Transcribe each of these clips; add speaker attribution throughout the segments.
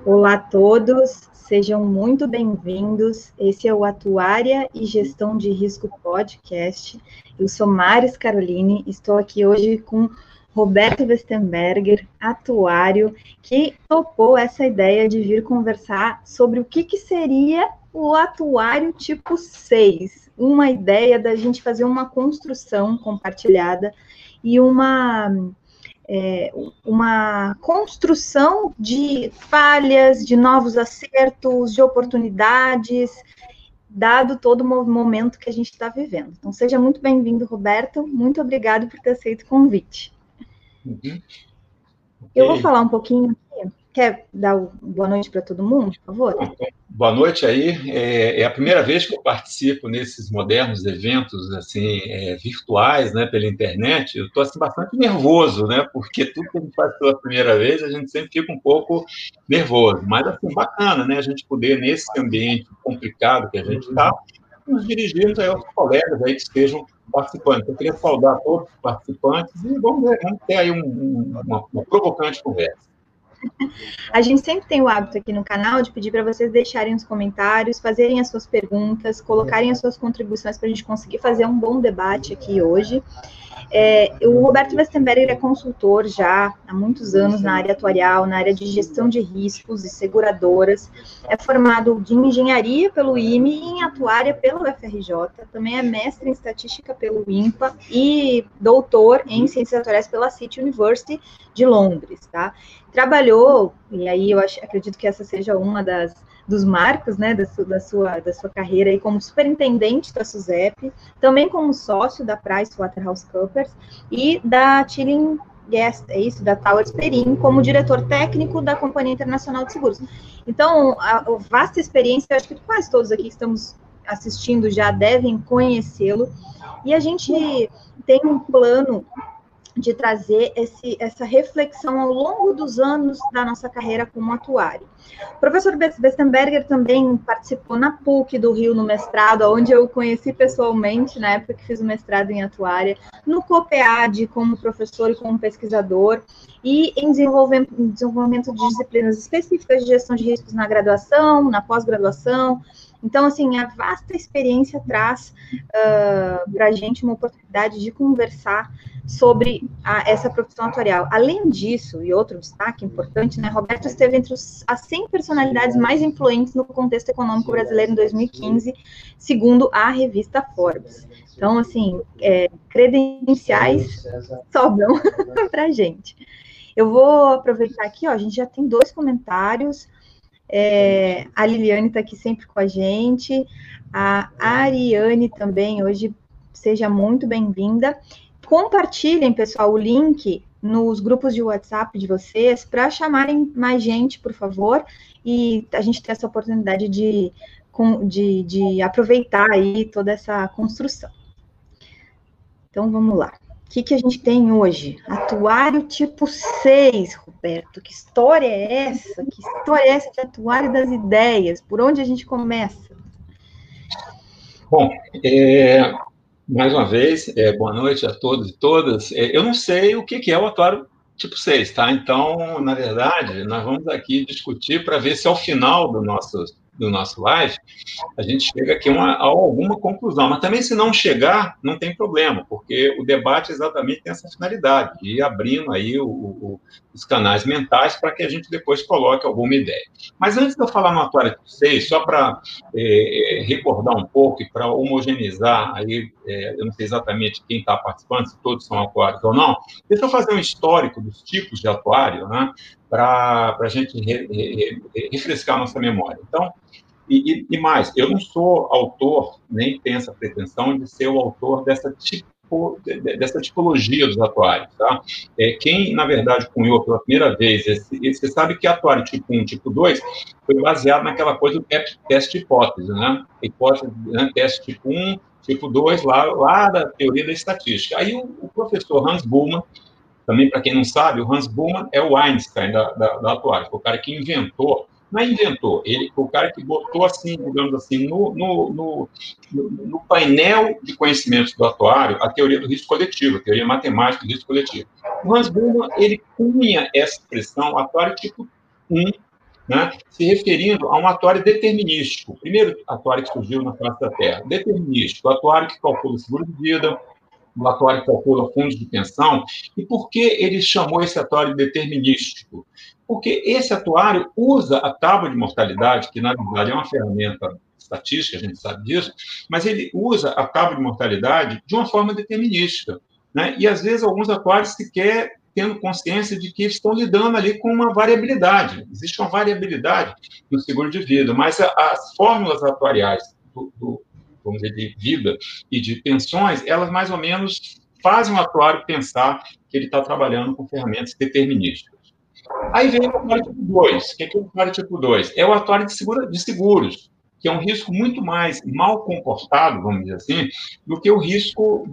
Speaker 1: Olá a todos, sejam muito bem-vindos. Esse é o Atuária e Gestão de Risco Podcast. Eu sou Maris Caroline, estou aqui hoje com Roberto Westenberger, atuário, que topou essa ideia de vir conversar sobre o que seria o atuário tipo 6. Uma ideia da gente fazer uma construção compartilhada e uma construção de falhas, de novos acertos, de oportunidades, dado todo o momento que a gente está vivendo. Então, seja muito bem-vindo, Roberto. Muito obrigado por ter aceito o convite.
Speaker 2: Okay.
Speaker 1: Eu vou falar um pouquinho aqui. Quer dar boa noite para todo mundo, por favor?
Speaker 2: Boa noite aí. É a primeira vez que eu participo nesses modernos eventos assim virtuais, né, pela internet. Eu estou assim, bastante nervoso, né, porque tudo que a gente faz pela primeira vez, a gente sempre fica um pouco nervoso. Mas, assim, bacana, né, a gente poder, nesse ambiente complicado que a gente está, nos dirigirmos aí aos colegas aí que estejam participantes. Eu queria saudar todos os participantes e vamos ter aí uma provocante conversa.
Speaker 1: A gente sempre tem o hábito aqui no canal de pedir para vocês deixarem os comentários, fazerem as suas perguntas, colocarem as suas contribuições para a gente conseguir fazer um bom debate aqui hoje. O Roberto Westenberger é consultor já há muitos anos na área atuarial, na área de gestão de riscos e seguradoras, é formado em engenharia pelo IME e em atuária pelo UFRJ, também é mestre em estatística pelo INPA e doutor em ciências atuariais pela City University de Londres, tá? Trabalhou, e aí eu acredito que essa seja uma dos marcos, né, da sua carreira aí como superintendente da SUSEP, também como sócio da PricewaterhouseCoopers e da Tilling Guest, da Towers Perrin, como diretor técnico da Companhia Internacional de Seguros. Então, a vasta experiência, eu acho que quase todos aqui que estamos assistindo já devem conhecê-lo, e a gente tem um plano de trazer essa reflexão ao longo dos anos da nossa carreira como atuário. O professor Westenberger também participou na PUC do Rio no mestrado, onde eu o conheci pessoalmente, na época que fiz o mestrado em atuária, no COPEAD como professor e como pesquisador, e em desenvolvimento de disciplinas específicas de gestão de riscos na graduação, na pós-graduação. Então, assim, a vasta experiência traz para a gente uma oportunidade de conversar sobre essa profissão atuarial. Além disso, e outro destaque importante, né, Roberto esteve entre as 100 personalidades mais influentes no contexto econômico brasileiro em 2015, segundo a revista Forbes. Então, assim, credenciais sobram para a gente. Eu vou aproveitar aqui, ó, a gente já tem 2 comentários. A Liliane está aqui sempre com a gente, a Ariane também, hoje, seja muito bem-vinda. Compartilhem, pessoal, o link nos grupos de WhatsApp de vocês para chamarem mais gente, por favor, e a gente ter essa oportunidade de aproveitar aí toda essa construção. Então, vamos lá. O que a gente tem hoje? Atuário tipo 6, Roberto. Que história é essa? Que história é essa de atuário das ideias? Por onde a gente começa?
Speaker 2: Bom, mais uma vez, boa noite a todos e todas. Eu não sei o que é o atuário tipo 6, tá? Então, na verdade, nós vamos aqui discutir para ver se ao final do nosso live a gente chega aqui a alguma conclusão. Mas também, se não chegar, não tem problema, porque o debate exatamente tem essa finalidade, de ir abrindo aí os canais mentais para que a gente depois coloque alguma ideia. Mas antes de eu falar no atuário tipo 6, só para recordar um pouco e para homogeneizar, aí, eu não sei exatamente quem está participando, se todos são atuários ou não, deixa eu fazer um histórico dos tipos de atuário, né, para a gente refrescar a nossa memória. Então, e mais, eu não sou autor, nem tenho essa pretensão de ser o autor dessa tipologia dos atuários, tá? Quem, na verdade, cunhou pela primeira vez, você sabe que atuário tipo 1, tipo 2, foi baseado naquela coisa do teste de hipótese, né? Hipótese, né? Teste tipo 1, tipo 2, lá da teoria da estatística. Aí o professor Hans Bullmann, também para quem não sabe, o Hans Bullmann é o Einstein da atuária, foi o cara que inventou. Não é inventor, ele foi o cara que botou, assim, digamos assim, no painel de conhecimentos do atuário a teoria do risco coletivo, a teoria matemática do risco coletivo. O Hans Bullmann, ele cunha essa expressão atuário tipo 1, né, se referindo a um atuário determinístico. O primeiro atuário que surgiu na face da Terra. Determinístico, o atuário que calcula o seguro de vida, o atuário que calcula fundos de pensão. E por que ele chamou esse atuário determinístico? Porque esse atuário usa a tábua de mortalidade, que na verdade é uma ferramenta estatística, a gente sabe disso, mas ele usa a tábua de mortalidade de uma forma determinística, né? E às vezes alguns atuários sequer tendo consciência de que estão lidando ali com uma variabilidade. Existe uma variabilidade no seguro de vida, mas as fórmulas atuariais vamos dizer, de vida e de pensões, elas mais ou menos fazem o atuário pensar que ele está trabalhando com ferramentas determinísticas. Aí vem o atuário tipo 2. O que é o atuário tipo 2? É o atuário de seguros, que é um risco muito mais mal comportado, vamos dizer assim, do que o risco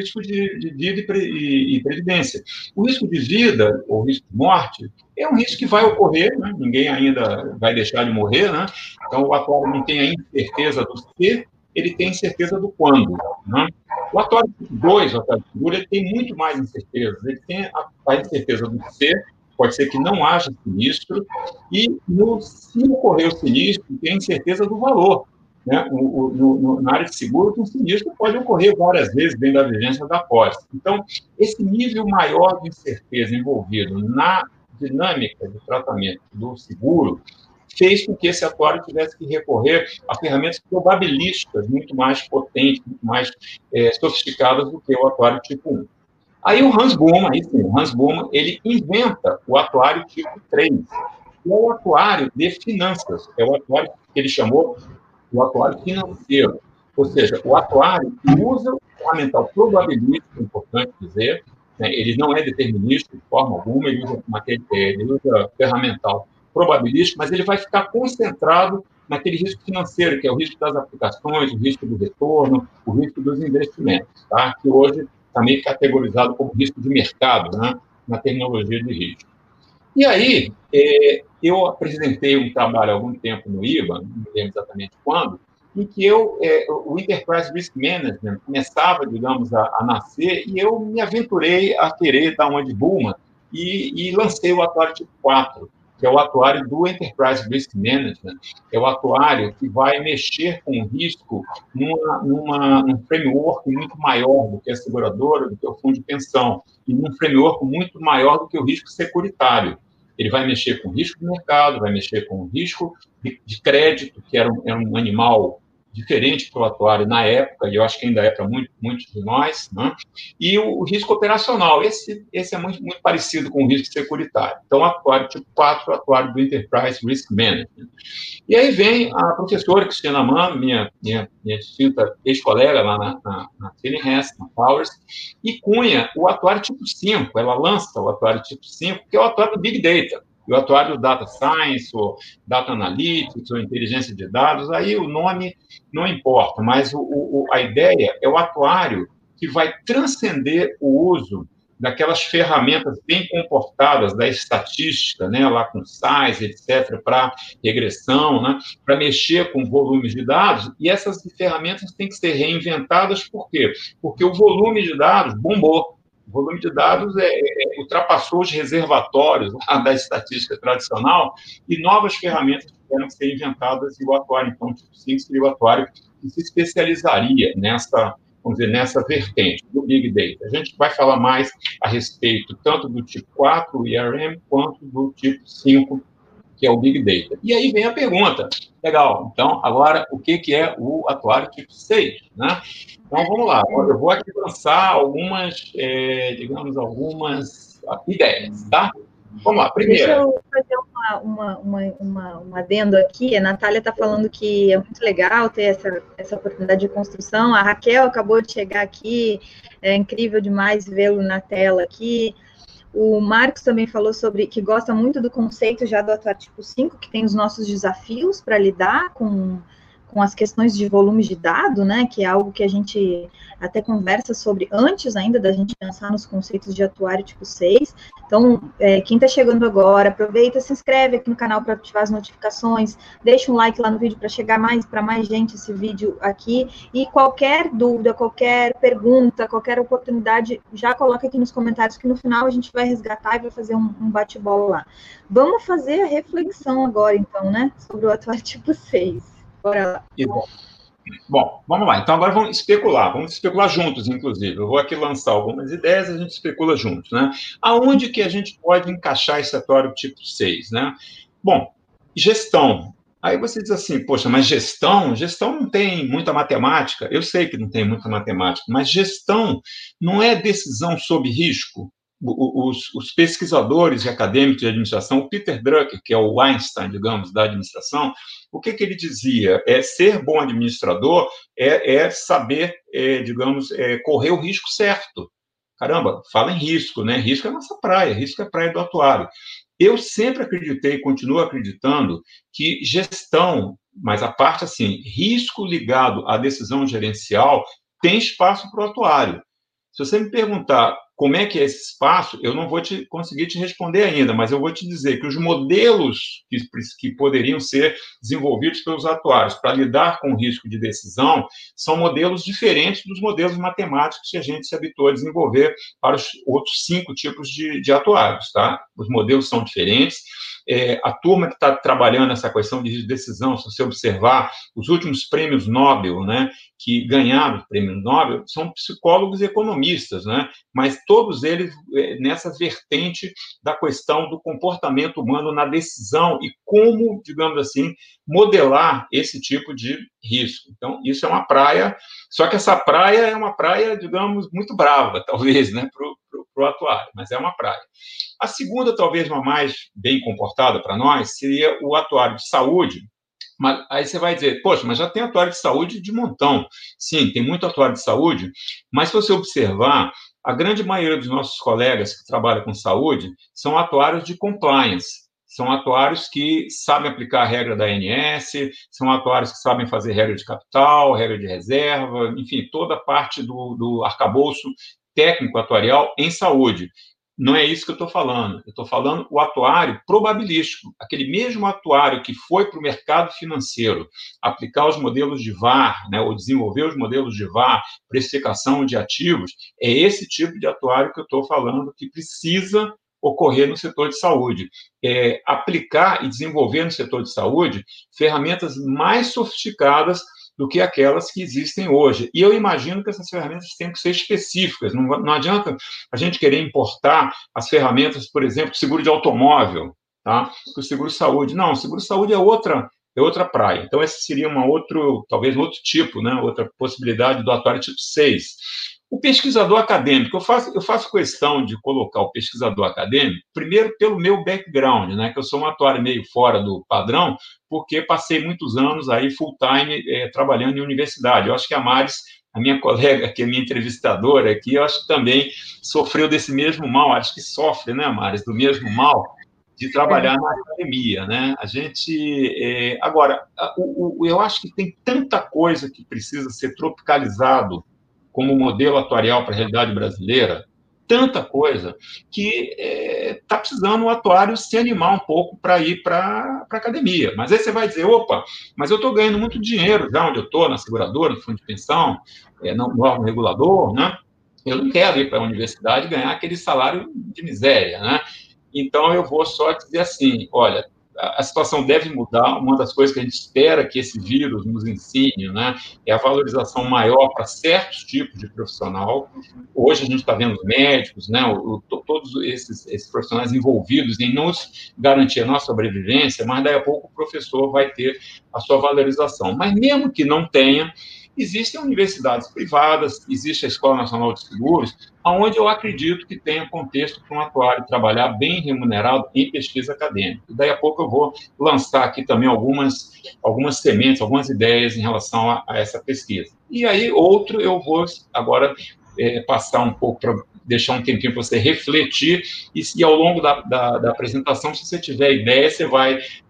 Speaker 2: de vida e previdência. O risco de vida, ou risco de morte, é um risco que vai ocorrer, né? Ninguém ainda vai deixar de morrer, né? Então, o atuário não tem ainda certeza do que, ele tem certeza do quando, né? O atuário tipo 2, o atuário de seguro, ele tem muito mais incertezas. Ele tem a incerteza do ser, pode ser que não haja sinistro, e se ocorrer o sinistro, tem certeza do valor. Né? Na área de seguro, um sinistro pode ocorrer várias vezes dentro da vigência da pólice. Então, esse nível maior de incerteza envolvido na dinâmica de tratamento do seguro fez com que esse atuário tivesse que recorrer a ferramentas probabilísticas muito mais potentes, muito mais sofisticadas do que o atuário tipo 1. Aí o Hans Bohm, ele inventa o atuário tipo 3, que é o atuário de finanças, é o atuário que ele chamou o atuário financeiro, ou seja, o atuário que usa o ferramental probabilístico, é importante dizer, né, ele não é determinístico de forma alguma, ele usa ferramental probabilístico, mas ele vai ficar concentrado naquele risco financeiro, que é o risco das aplicações, o risco do retorno, o risco dos investimentos, tá? Que hoje está meio categorizado como risco de mercado, né, na terminologia de risco. E aí, eu apresentei um trabalho há algum tempo no IBA, não lembro exatamente quando, em que o Enterprise Risk Management começava, digamos, a nascer, e eu me aventurei a querer dar uma de Bulma e lancei o atuário tipo 4, que é o atuário do Enterprise Risk Management, é o atuário que vai mexer com o risco num framework muito maior do que a seguradora, do que o fundo de pensão, e num framework muito maior do que o risco securitário. Ele vai mexer com risco de mercado, vai mexer com risco de crédito, que era um animal diferente para o atuário na época, e eu acho que ainda é para muitos de nós, né? E o risco operacional, esse é muito, muito parecido com o risco securitário. Então, o atuário tipo 4, o atuário do Enterprise Risk Management. E aí vem a professora Cristina Mano, minha distinta ex-colega lá na Tillinghast, na Powers, e cunha o atuário tipo 5, ela lança o atuário tipo 5, que é o atuário do Big Data, o atuário do Data Science, ou Data Analytics, ou Inteligência de Dados, aí o nome não importa, mas a ideia é o atuário que vai transcender o uso daquelas ferramentas bem comportadas da estatística, né, lá com size, etc., para regressão, né, para mexer com volumes de dados, e essas ferramentas têm que ser reinventadas, por quê? Porque o volume de dados bombou. O volume de dados ultrapassou os reservatórios da estatística tradicional e novas ferramentas tiveram que ser inventadas e o atuário, então, tipo 5 seria o atuário que se especializaria nessa vertente do Big Data. A gente vai falar mais a respeito tanto do tipo 4, o IRM, quanto do tipo 5, que é o Big Data. E aí vem a pergunta, legal, então, agora, o que é o atuário tipo 6, né? Então, vamos lá, eu vou aqui lançar algumas ideias, tá? Vamos lá, primeiro.
Speaker 1: Deixa eu fazer um adendo aqui. A Natália está falando que é muito legal ter essa oportunidade de construção. A Raquel acabou de chegar aqui, é incrível demais vê-lo na tela aqui. O Marcos também falou sobre que gosta muito do conceito já do atuário tipo 5, que tem os nossos desafios para lidar com com as questões de volume de dado, né, que é algo que a gente até conversa sobre antes ainda da gente pensar nos conceitos de atuário tipo 6. Então, quem está chegando agora, aproveita, se inscreve aqui no canal para ativar as notificações, deixa um like lá no vídeo para chegar para mais gente esse vídeo aqui, e qualquer dúvida, qualquer pergunta, qualquer oportunidade, já coloca aqui nos comentários que no final a gente vai resgatar e vai fazer um bate-bola lá. Vamos fazer a reflexão agora, então, né, sobre o atuário tipo 6. Bora lá.
Speaker 2: Bom, vamos lá. Então, agora vamos especular juntos, inclusive. Eu vou aqui lançar algumas ideias e a gente especula juntos, né? Aonde que a gente pode encaixar esse atuário tipo 6, né? Bom, gestão. Aí você diz assim, poxa, mas gestão não tem muita matemática. Eu sei que não tem muita matemática, mas gestão não é decisão sob risco. Os pesquisadores e acadêmicos de administração, o Peter Drucker, que é o Einstein, digamos, da administração, o que ele dizia? Ser bom administrador é saber, digamos, correr o risco certo. Caramba, fala em risco, né? Risco é a nossa praia, risco é a praia do atuário. Eu sempre acreditei e continuo acreditando que gestão, mas a parte assim, risco ligado à decisão gerencial, tem espaço para o atuário. Se você me perguntar como é que é esse espaço, eu não vou conseguir te responder ainda, mas eu vou te dizer que os modelos que poderiam ser desenvolvidos pelos atuários para lidar com o risco de decisão são modelos diferentes dos modelos matemáticos que a gente se habituou a desenvolver para os outros 5 tipos de atuários, tá? Os modelos são diferentes. A turma que está trabalhando essa questão de decisão, se você observar, os últimos prêmios Nobel, né, que ganharam o prêmio Nobel, são psicólogos e economistas, né, mas todos eles nessa vertente da questão do comportamento humano na decisão e como, digamos assim, modelar esse tipo de risco. Então, isso é uma praia, só que essa praia é uma praia, digamos, muito brava, talvez, né, para o atuário, mas é uma praia. A segunda, talvez uma mais bem comportada para nós, seria o atuário de saúde. Mas aí você vai dizer, poxa, mas já tem atuário de saúde de montão. Sim, tem muito atuário de saúde, mas se você observar, a grande maioria dos nossos colegas que trabalham com saúde são atuários de compliance. São atuários que sabem aplicar a regra da ANS, são atuários que sabem fazer regra de capital, regra de reserva, enfim, toda a parte do arcabouço técnico atuarial em saúde. Não é isso que eu estou falando. Eu estou falando o atuário probabilístico, aquele mesmo atuário que foi para o mercado financeiro aplicar os modelos de VaR, né, ou desenvolver os modelos de VaR, precificação de ativos, é esse tipo de atuário que eu estou falando que precisa ocorrer no setor de saúde. Aplicar e desenvolver no setor de saúde ferramentas mais sofisticadas do que aquelas que existem hoje. E eu imagino que essas ferramentas têm que ser específicas. Não adianta a gente querer importar as ferramentas, por exemplo, seguro de automóvel, tá? O seguro-saúde. Não, o seguro-saúde é outra praia. Então, esse seria talvez outro tipo, né? Outra possibilidade do atuário tipo 6. O pesquisador acadêmico, eu faço questão de colocar o pesquisador acadêmico, primeiro pelo meu background, né, que eu sou um atuário meio fora do padrão, porque passei muitos anos aí full-time trabalhando em universidade. Eu acho que a Maris, a minha colega, que é minha entrevistadora aqui, eu acho que também sofreu desse mesmo mal, acho que sofre, né, Maris, do mesmo mal de trabalhar na academia, né? A gente... agora, eu acho que tem tanta coisa que precisa ser tropicalizado como modelo atuarial para a realidade brasileira, tanta coisa, que está precisando o atuário se animar um pouco para ir para a academia. Mas aí você vai dizer, opa, mas eu estou ganhando muito dinheiro já onde eu estou, na seguradora, no fundo de pensão, no órgão regulador, né? Eu não quero ir para a universidade ganhar aquele salário de miséria, né? Então, eu vou só dizer assim, olha, a situação deve mudar. Uma das coisas que a gente espera que esse vírus nos ensine, né, é a valorização maior para certos tipos de profissional. Hoje a gente está vendo os médicos, né, todos esses profissionais envolvidos em nos garantir a nossa sobrevivência, mas daí a pouco o professor vai ter a sua valorização. Mas mesmo que não tenha, existem universidades privadas, existe a Escola Nacional de Seguros, onde eu acredito que tenha contexto para um atuário trabalhar bem remunerado em pesquisa acadêmica. E daí a pouco eu vou lançar aqui também algumas sementes, algumas ideias em relação a essa pesquisa. E aí, eu vou agora passar um pouco para deixar um tempinho para você refletir, e ao longo da apresentação, se você tiver ideia, você vai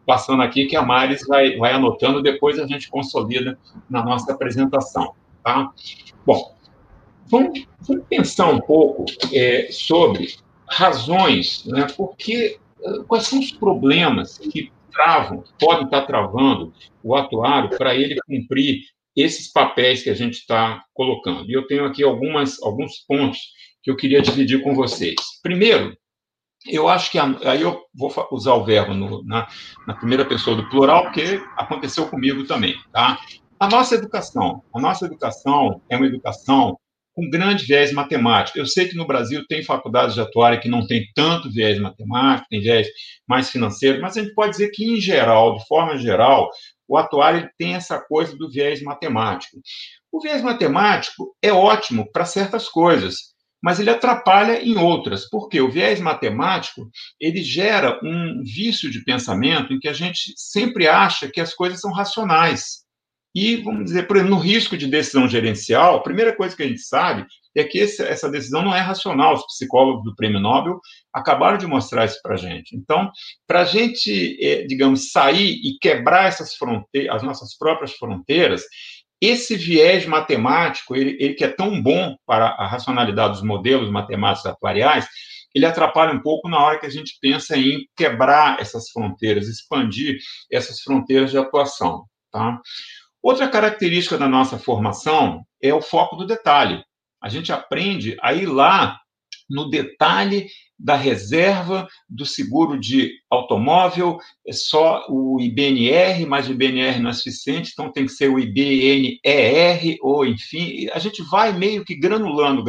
Speaker 2: passando aqui que a Maris vai anotando, depois a gente consolida na nossa apresentação, tá? Bom, vamos pensar um pouco sobre razões, né? Quais são os problemas que podem estar travando o atuário para ele cumprir esses papéis que a gente está colocando. E eu tenho aqui alguns pontos que eu queria dividir com vocês. Primeiro, eu acho que aí eu vou usar o verbo na primeira pessoa do plural, porque aconteceu comigo também, tá? A nossa educação é uma educação com grande viés matemático. Eu sei que no Brasil tem faculdades de atuária que não tem tanto viés matemático, tem viés mais financeiro, mas a gente pode dizer que, em geral, de forma geral, o atuário tem essa coisa do viés matemático. O viés matemático é ótimo para certas coisas, mas ele atrapalha em outras, porque o viés matemático ele gera um vício de pensamento em que a gente sempre acha que as coisas são racionais. E, vamos dizer, por exemplo, no risco de decisão gerencial, a primeira coisa que a gente sabe é que essa decisão não é racional. Os psicólogos do Prêmio Nobel acabaram de mostrar isso para a gente. Então, para a gente, digamos, sair e quebrar essas fronteiras, as nossas próprias fronteiras, esse viés matemático, ele que é tão bom para a racionalidade dos modelos matemáticos atuariais, ele atrapalha um pouco na hora que a gente pensa em quebrar essas fronteiras, expandir essas fronteiras de atuação, tá? Outra característica da nossa formação é o foco do detalhe. A gente aprende a ir lá no detalhe da reserva do seguro de automóvel, é só o IBNR, mas o IBNR não é suficiente, então tem que ser o IBNER, ou enfim, a gente vai meio que granulando,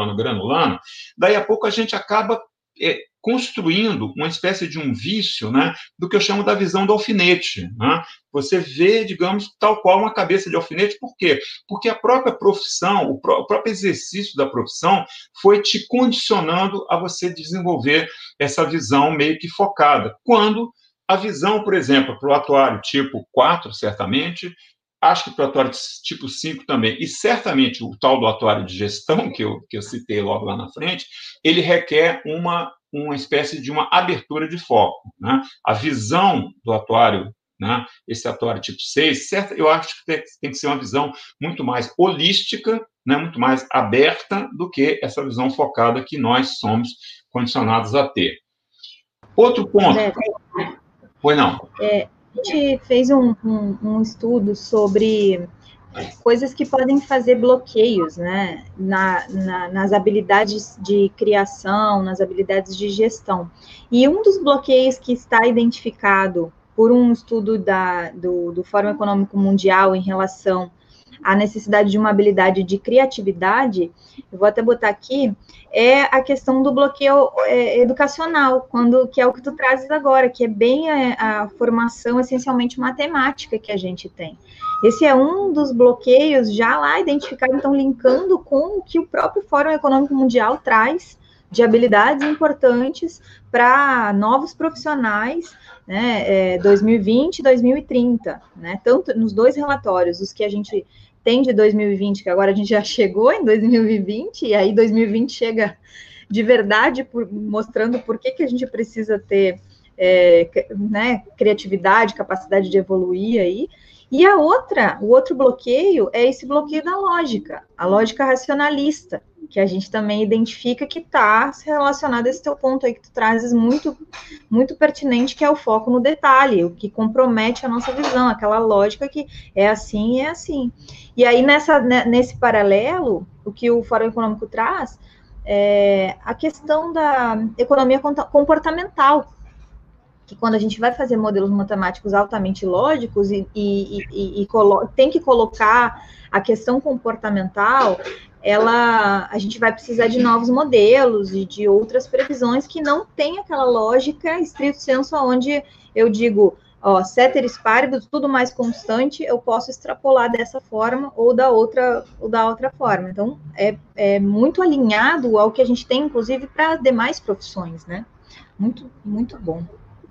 Speaker 2: daí a pouco a gente acaba construindo uma espécie de um vício, né, do que eu chamo da visão do alfinete, né? Você vê, digamos, tal qual uma cabeça de alfinete. Por quê? Porque a própria profissão, o próprio exercício da profissão foi te condicionando a você desenvolver essa visão meio que focada. Quando a visão, por exemplo, para o atuário tipo 4, certamente, acho que para o atuário tipo 5 também, e certamente o tal do atuário de gestão, que eu citei logo lá na frente, ele requer uma espécie de uma abertura de foco, né? A visão do atuário, né, esse atuário tipo 6, certo? Eu acho que tem que ser uma visão muito mais holística, né, muito mais aberta do que essa visão focada que nós somos condicionados a ter. Outro ponto... Pois não.
Speaker 1: A gente fez um estudo sobre coisas que podem fazer bloqueios, né, nas habilidades de criação, nas habilidades de gestão. E um dos bloqueios que está identificado por um estudo do Fórum Econômico Mundial em relação à necessidade de uma habilidade de criatividade, eu vou até botar aqui, é a questão do bloqueio educacional, que é o que tu trazes agora, que é bem a formação essencialmente matemática que a gente tem. Esse é um dos bloqueios já lá identificado, então linkando com o que o próprio Fórum Econômico Mundial traz de habilidades importantes para novos profissionais, né, 2020 e 2030, né, tanto nos dois relatórios, os que a gente tem de 2020, que agora a gente já chegou em 2020, e aí 2020 chega de verdade, mostrando por que a gente precisa ter né, criatividade, capacidade de evoluir aí. E o outro bloqueio é esse bloqueio da lógica, a lógica racionalista, que a gente também identifica que está relacionado a esse teu ponto aí que tu trazes muito, muito pertinente, que é o foco no detalhe, o que compromete a nossa visão, aquela lógica que é assim e é assim. E aí, nesse paralelo, o que o Fórum Econômico traz é a questão da economia comportamental, que quando a gente vai fazer modelos matemáticos altamente lógicos tem que colocar a questão comportamental, a gente vai precisar de novos modelos e de outras previsões que não tem aquela lógica estrito sensu, onde eu digo, ceteris paribus, tudo mais constante, eu posso extrapolar dessa forma ou da outra forma. Então, é muito alinhado ao que a gente tem, inclusive, para demais profissões, né? Muito, muito bom.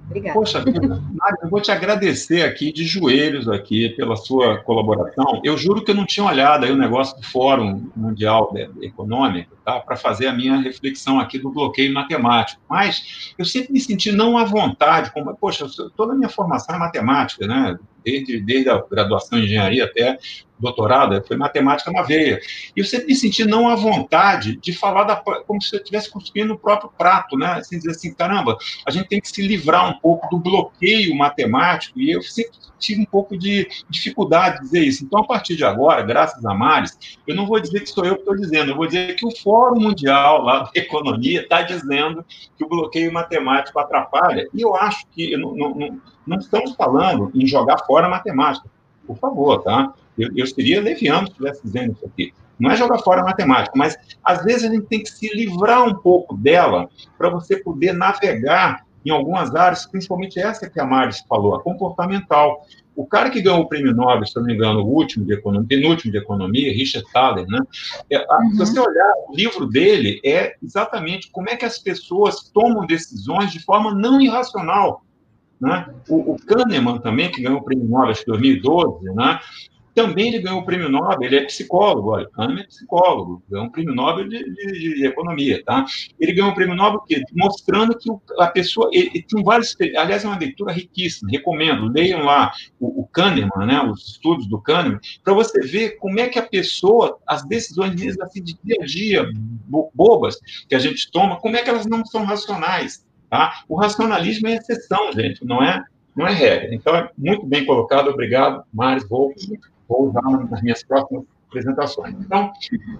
Speaker 1: Obrigada.
Speaker 2: Poxa vida, Mário, eu vou te agradecer aqui de joelhos aqui pela sua colaboração. Eu juro que eu não tinha olhado aí o negócio do Fórum Mundial Econômico, tá, para fazer a minha reflexão aqui do bloqueio matemático. Mas eu sempre me senti não à vontade, como, poxa, toda a minha formação é matemática, né? Desde a graduação em engenharia até doutorado, foi matemática na veia. E eu sempre me senti não à vontade de falar como se eu estivesse cuspindo no próprio prato, né? Assim, dizer assim, caramba, a gente tem que se livrar um pouco do bloqueio matemático, e eu sempre tive um pouco de dificuldade de dizer isso. Então, a partir de agora, graças a Maris, eu não vou dizer que sou eu que estou dizendo, eu vou dizer que o Fórum Mundial lá da Economia está dizendo que o bloqueio matemático atrapalha, e eu acho que não estamos falando em jogar fora a matemática, por favor, tá? Eu seria leviano se estivesse dizendo isso aqui. Não é jogar fora a matemática, mas às vezes a gente tem que se livrar um pouco dela para você poder navegar em algumas áreas, principalmente essa que a Maris falou, a comportamental. O cara que ganhou o prêmio Nobel, se não me engano, o último de economia, penúltimo de economia, Richard Thaler, né? Se você olhar, o livro dele é exatamente como é que as pessoas tomam decisões de forma não irracional, né? O Kahneman também, que ganhou o prêmio Nobel em 2012, né? Também ele ganhou o prêmio Nobel, ele é psicólogo, olha, Kahneman é psicólogo, ganhou um prêmio Nobel de economia, tá? Ele ganhou um prêmio Nobel mostrando que a pessoa, ele tem vários, aliás, é uma leitura riquíssima, recomendo, leiam lá o Kahneman, né, os estudos do Kahneman, para você ver como é que a pessoa, as decisões mesmo assim de dia a dia, bobas, que a gente toma, como é que elas não são racionais, tá? O racionalismo é exceção, gente, não é regra. Então, é muito bem colocado, obrigado, Maris, vou usar nas minhas próximas apresentações. Então,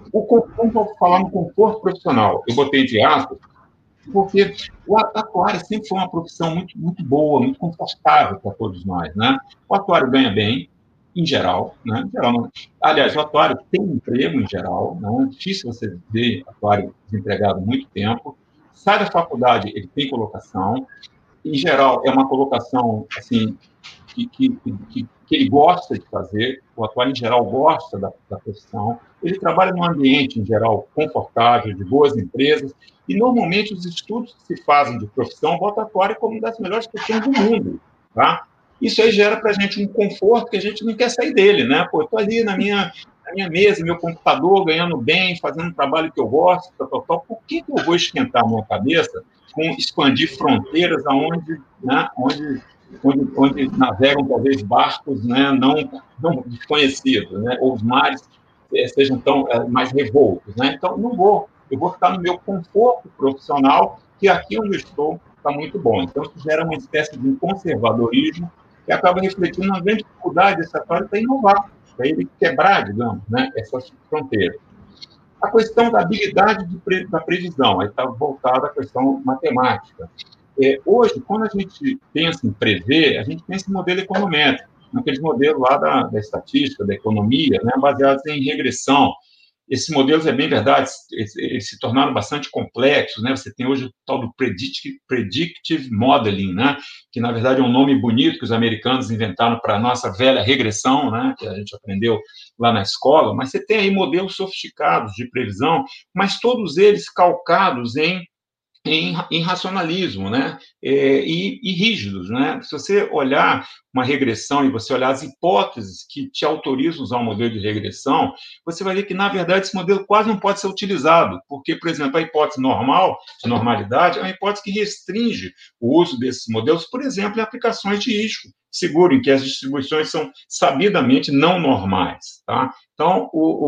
Speaker 2: vamos falar no conforto profissional. Eu botei de aspas, porque o atuário sempre foi uma profissão muito, muito boa, muito confortável para todos nós, né? O atuário ganha bem, em geral, né? Em geral, não. Aliás, o atuário tem emprego, em geral, não é difícil você ver atuário desempregado muito tempo, sai da faculdade, ele tem colocação, em geral, é uma colocação, assim, que ele gosta de fazer, o atuário, em geral, gosta da profissão, ele trabalha num ambiente, em geral, confortável, de boas empresas, e, normalmente, os estudos que se fazem de profissão botam o atuário como uma das melhores profissões do mundo, tá? Isso aí gera para a gente um conforto que a gente não quer sair dele, né? Pô, eu estou ali na minha mesa, meu computador, ganhando bem, fazendo um trabalho que eu gosto, por que eu vou esquentar a minha cabeça com expandir fronteiras aonde, né, onde navegam talvez barcos, né, não desconhecidos, né, ou os mares sejam tão mais revoltos, né? Então eu vou ficar no meu conforto profissional, que aqui onde eu estou está muito bom. Então isso gera uma espécie de conservadorismo que acaba refletindo na grande dificuldade desse atuário para inovar, para ele quebrar, digamos, né, essas fronteiras. A questão da habilidade da previsão, aí está voltada à questão matemática. Hoje, quando a gente pensa em prever, a gente pensa em modelo econométrico, naqueles modelos lá da estatística, da economia, né, baseados em regressão. Esses modelos, é bem verdade, eles se tornaram bastante complexos, né? Você tem hoje o tal do predictive modeling, né? Que, na verdade, é um nome bonito que os americanos inventaram para a nossa velha regressão, né? Que a gente aprendeu lá na escola, mas você tem aí modelos sofisticados de previsão, mas todos eles calcados em racionalismo, né? E rígidos, né? Se você olhar uma regressão e você olhar as hipóteses que te autorizam a usar um modelo de regressão, você vai ver que, na verdade, esse modelo quase não pode ser utilizado, porque, por exemplo, a hipótese normal, de normalidade, é uma hipótese que restringe o uso desses modelos, por exemplo, em aplicações de risco seguro, em que as distribuições são sabidamente não normais, tá? Então,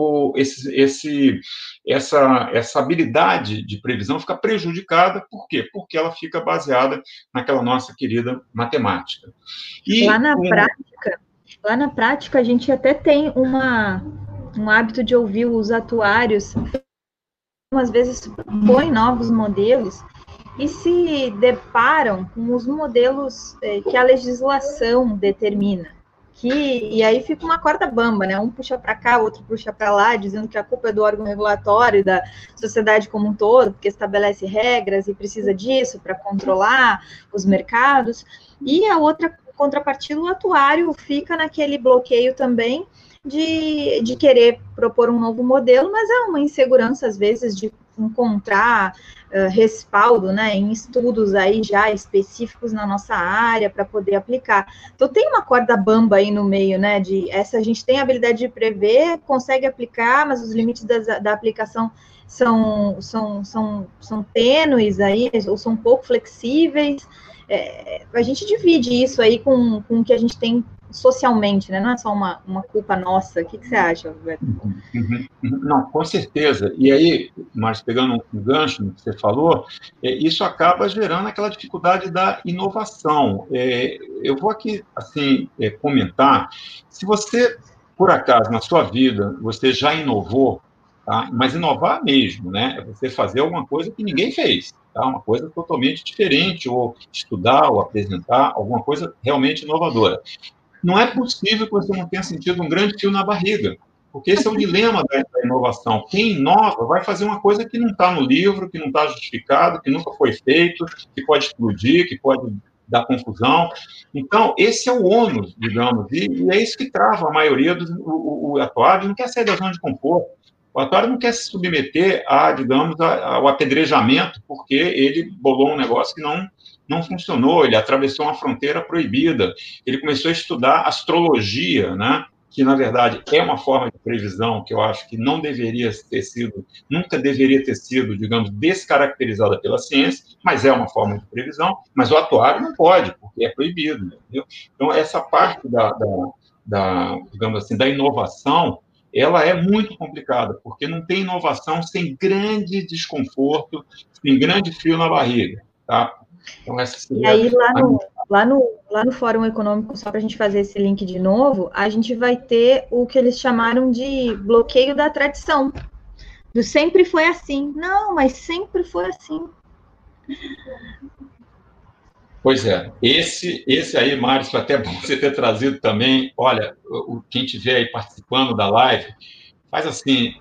Speaker 2: essa habilidade de previsão fica prejudicada, por quê? Porque ela fica baseada naquela nossa querida matemática.
Speaker 1: E lá na prática, a gente até tem um hábito de ouvir os atuários, às vezes põem novos modelos e se deparam com os modelos que a legislação determina. E aí fica uma corda bamba, né? Um puxa para cá, outro puxa para lá, dizendo que a culpa é do órgão regulatório, da sociedade como um todo, porque estabelece regras e precisa disso para controlar os mercados. E a outra contrapartida, o atuário fica naquele bloqueio também de querer propor um novo modelo, mas há uma insegurança, às vezes, de encontrar respaldo, né, em estudos aí já específicos na nossa área para poder aplicar. Então tem uma corda bamba aí no meio, né, de essa a gente tem a habilidade de prever, consegue aplicar, mas os limites da aplicação são tênues aí, ou são pouco flexíveis. A gente divide isso aí com o que a gente tem socialmente, né? Não é só uma culpa nossa. O que você acha, Roberto?
Speaker 2: Não, com certeza. E aí, Márcio, pegando um gancho no que você falou, isso acaba gerando aquela dificuldade da inovação. Eu vou aqui, assim, comentar, se você, por acaso, na sua vida, você já inovou, tá? Mas inovar mesmo, né? É você fazer alguma coisa que ninguém fez, tá? Uma coisa totalmente diferente, ou estudar, ou apresentar, alguma coisa realmente inovadora. Não é possível que você não tenha sentido um grande frio na barriga, porque esse é o dilema da inovação. Quem inova vai fazer uma coisa que não está no livro, que não está justificado, que nunca foi feito, que pode explodir, que pode dar confusão. Então, esse é o ônus, digamos, e é isso que trava a maioria o atuário não quer sair da zona de conforto. O atuário não quer se submeter digamos, ao apedrejamento, porque ele bolou um negócio que não funcionou, ele atravessou uma fronteira proibida, ele começou a estudar astrologia, né? Que, na verdade, é uma forma de previsão que eu acho que não deveria ter sido, nunca deveria ter sido, digamos, descaracterizada pela ciência, mas é uma forma de previsão, mas o atuário não pode, porque é proibido, entendeu? Então, essa parte digamos assim, da inovação, ela é muito complicada, porque não tem inovação sem grande desconforto, sem grande frio na barriga, tá? Então, essa seria...
Speaker 1: E aí, lá no Fórum Econômico, só para a gente fazer esse link de novo, a gente vai ter o que eles chamaram de bloqueio da tradição. Do sempre foi assim. Não, mas sempre foi assim.
Speaker 2: Pois é. Esse aí, Mário, foi até bom você ter trazido também. Olha, quem estiver aí participando da live, faz assim,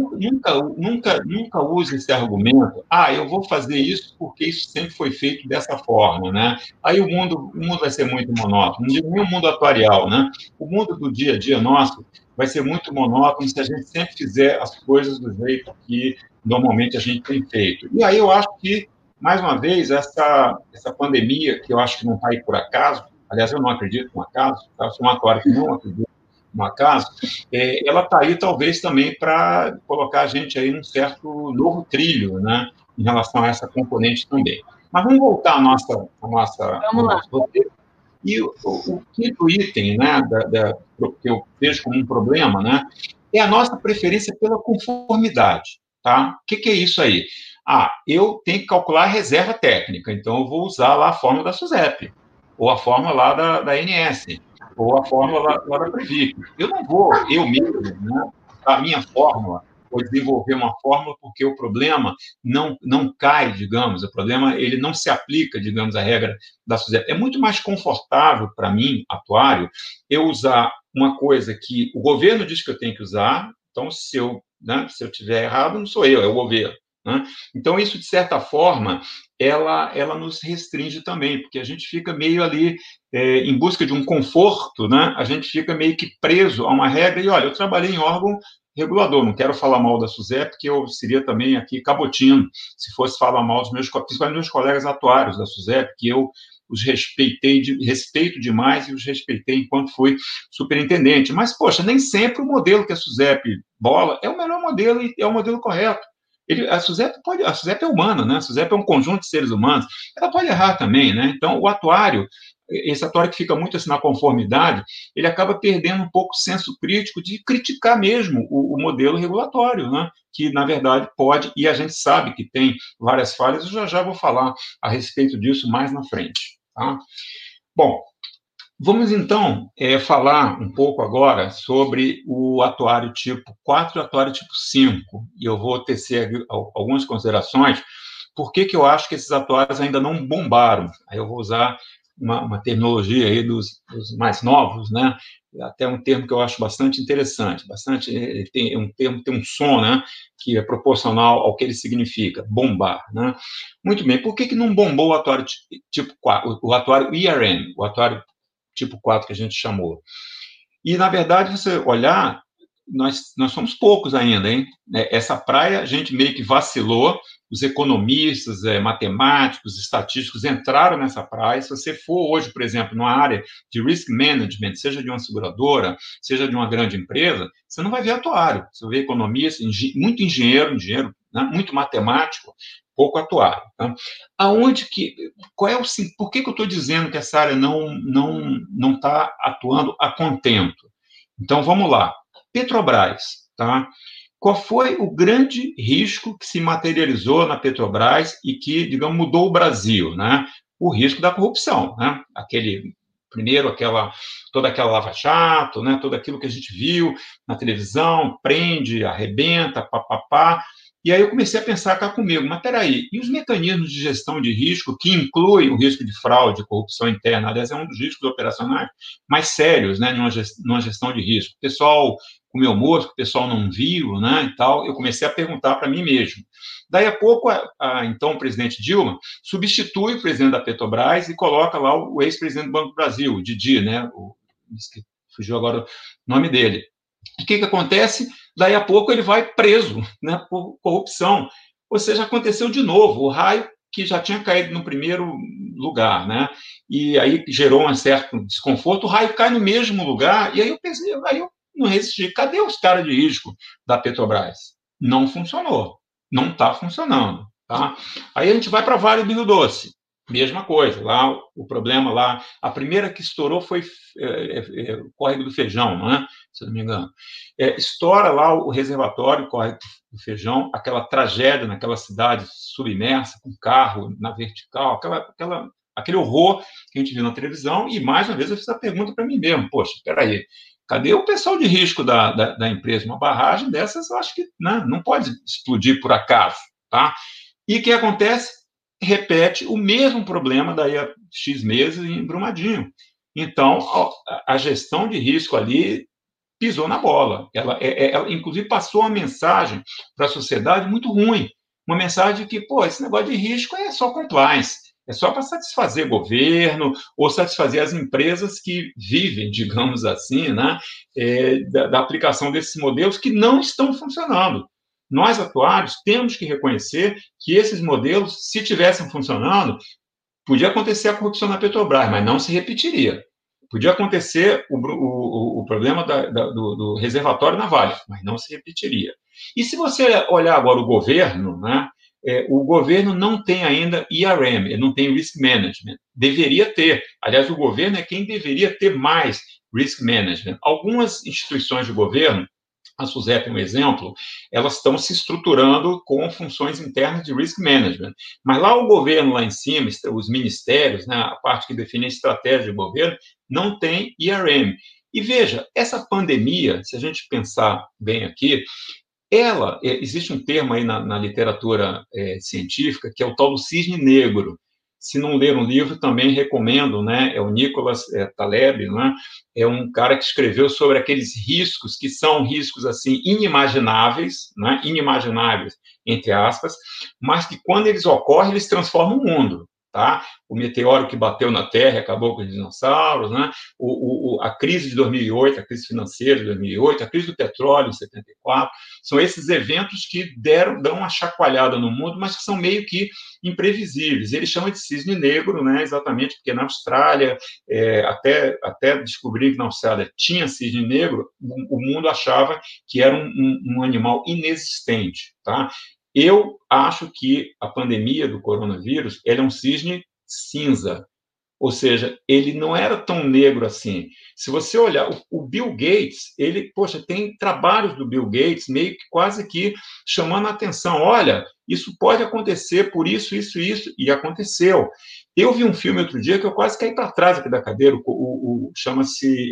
Speaker 2: nunca use esse argumento, eu vou fazer isso porque isso sempre foi feito dessa forma, né? Aí o mundo vai ser muito monótono, não digo nem o mundo atuarial, né? O mundo do dia a dia nosso vai ser muito monótono se a gente sempre fizer as coisas do jeito que normalmente a gente tem feito. E aí eu acho que, mais uma vez, essa pandemia, que eu acho que não está aí por acaso, aliás, eu não acredito no acaso, tá? Eu sou um atuário que não acredito no acaso, ela está aí talvez também para colocar a gente aí num certo novo trilho, né, em relação a essa componente também. Mas vamos voltar ao nosso roteiro. E o quinto item, né, que eu vejo como um problema, né, é a nossa preferência pela conformidade, tá? O que é isso aí? Eu tenho que calcular a reserva técnica, então eu vou usar lá a fórmula da SUSEP, ou a fórmula lá da ANS, ou a fórmula lá da Previc. Eu não vou, eu mesmo, né, a minha fórmula, ou desenvolver uma fórmula porque o problema não cai, digamos, o problema ele não se aplica, digamos, à regra da SUSEP. É muito mais confortável para mim, atuário, eu usar uma coisa que o governo diz que eu tenho que usar, então se eu tiver errado, não sou eu, é o governo. Né? Então, isso, de certa forma, ela nos restringe também, porque a gente fica meio ali em busca de um conforto, né? A gente fica meio que preso a uma regra, e olha, eu trabalhei em órgão regulador, não quero falar mal da SUSEP, porque eu seria também aqui cabotino, se fosse falar mal dos principalmente meus colegas atuários da SUSEP, que eu os respeito demais e os respeitei enquanto fui superintendente. Mas, poxa, nem sempre o modelo que a SUSEP bola é o melhor modelo e é o modelo correto. A SUSEP é humana, né? A SUSEP é um conjunto de seres humanos, ela pode errar também, né? Então, esse atuário que fica muito assim na conformidade, ele acaba perdendo um pouco o senso crítico de criticar mesmo o modelo regulatório, né? Que, na verdade, pode, e a gente sabe que tem várias falhas, eu já vou falar a respeito disso mais na frente. Tá? Bom, vamos, então, falar um pouco agora sobre o atuário tipo 4 e o atuário tipo 5, e eu vou tecer algumas considerações, por que eu acho que esses atuários ainda não bombaram. Aí eu vou usar uma terminologia aí dos mais novos, né? Até um termo que eu acho bastante interessante, tem um som, né, que é proporcional ao que ele significa, bombar, né? Muito bem, por que não bombou o atuário tipo 4, o atuário ERM, o atuário tipo 4 que a gente chamou? E, na verdade, você olhar, nós somos poucos ainda, hein? Essa praia, a gente meio que vacilou, os economistas, matemáticos, estatísticos entraram nessa praia. Se você for hoje, por exemplo, numa área de risk management, seja de uma seguradora, seja de uma grande empresa, você não vai ver atuário. Você vai ver economista, muito engenheiro, né? Muito matemático, pouco atuário. Tá? Por que eu estou dizendo que essa área não está atuando a contento? Então, vamos lá. Petrobras, tá? Qual foi o grande risco que se materializou na Petrobras e que, digamos, mudou o Brasil, né? O risco da corrupção, né? Toda aquela lava-jato, né? Tudo aquilo que a gente viu na televisão, prende, arrebenta, papapá. E aí eu comecei a pensar cá comigo, mas peraí, e os mecanismos de gestão de risco que incluem o risco de fraude, corrupção interna, aliás, é um dos riscos operacionais mais sérios, né, numa gestão de risco. O pessoal comeu mosca, o pessoal não viu, né, e tal. Eu comecei a perguntar para mim mesmo. Daí a pouco, então, o presidente Dilma substitui o presidente da Petrobras e coloca lá o ex-presidente do Banco do Brasil, o Didi, né, fugiu agora o nome dele. O que acontece? Daí a pouco ele vai preso, né, por corrupção. Ou seja, aconteceu de novo, o raio que já tinha caído no primeiro lugar, né? E aí gerou um certo desconforto, o raio cai no mesmo lugar, e aí eu pensei, aí eu não resisti. Cadê os caras de risco da Petrobras? Não funcionou, não está funcionando. Tá? Aí a gente vai para Vale do Rio Doce. Mesma coisa, lá o problema lá, a primeira que estourou foi o Córrego do Feijão, não é? Se eu não me engano. Estoura lá o reservatório, o Córrego do Feijão, aquela tragédia naquela cidade submersa, com carro na vertical, aquele horror que a gente viu na televisão, e mais uma vez eu fiz a pergunta para mim mesmo, poxa, peraí, cadê o pessoal de risco da empresa? Uma barragem dessas, eu acho que não pode explodir por acaso, tá? E o que acontece? Repete o mesmo problema daí a X meses em Brumadinho. Então, a gestão de risco ali pisou na bola. Ela, inclusive, passou uma mensagem para a sociedade muito ruim. Uma mensagem que, esse negócio de risco é só compliance. É só para satisfazer governo ou satisfazer as empresas que vivem, digamos assim, né, da aplicação desses modelos que não estão funcionando. Nós, atuários, temos que reconhecer que esses modelos, se tivessem funcionando, podia acontecer a corrupção na Petrobras, mas não se repetiria. Podia acontecer o problema do reservatório na Vale, mas não se repetiria. E se você olhar agora o governo, né, o governo não tem ainda ERM, ele não tem Risk Management. Deveria ter. Aliás, o governo é quem deveria ter mais Risk Management. Algumas instituições de governo, a SUSEP é um exemplo, elas estão se estruturando com funções internas de risk management. Mas lá o governo, lá em cima, os ministérios, né, a parte que define a estratégia de governo, não tem ERM. E veja, essa pandemia, se a gente pensar bem aqui, existe um termo aí na literatura científica, que é o tal do cisne negro. Se não ler um livro, também recomendo, né? É o Nicholas Taleb, né? É um cara que escreveu sobre aqueles riscos que são riscos assim inimagináveis, né? Inimagináveis, entre aspas, mas que quando eles ocorrem, eles transformam o mundo. Tá? O meteoro que bateu na Terra e acabou com os dinossauros, né? A crise de 2008, a crise financeira de 2008, a crise do petróleo em 74, são esses eventos que dão uma chacoalhada no mundo, mas que são meio que imprevisíveis. Ele chama de cisne negro, né? Exatamente porque na Austrália, até descobrir que na Austrália tinha cisne negro, o mundo achava que era um animal inexistente. Tá? Eu acho que a pandemia do coronavírus é um cisne cinza, ou seja, ele não era tão negro assim. Se você olhar, o Bill Gates, tem trabalhos do Bill Gates meio que quase que chamando a atenção, olha, isso pode acontecer por isso, e aconteceu. Eu vi um filme outro dia que eu quase caí para trás aqui da cadeira, chama-se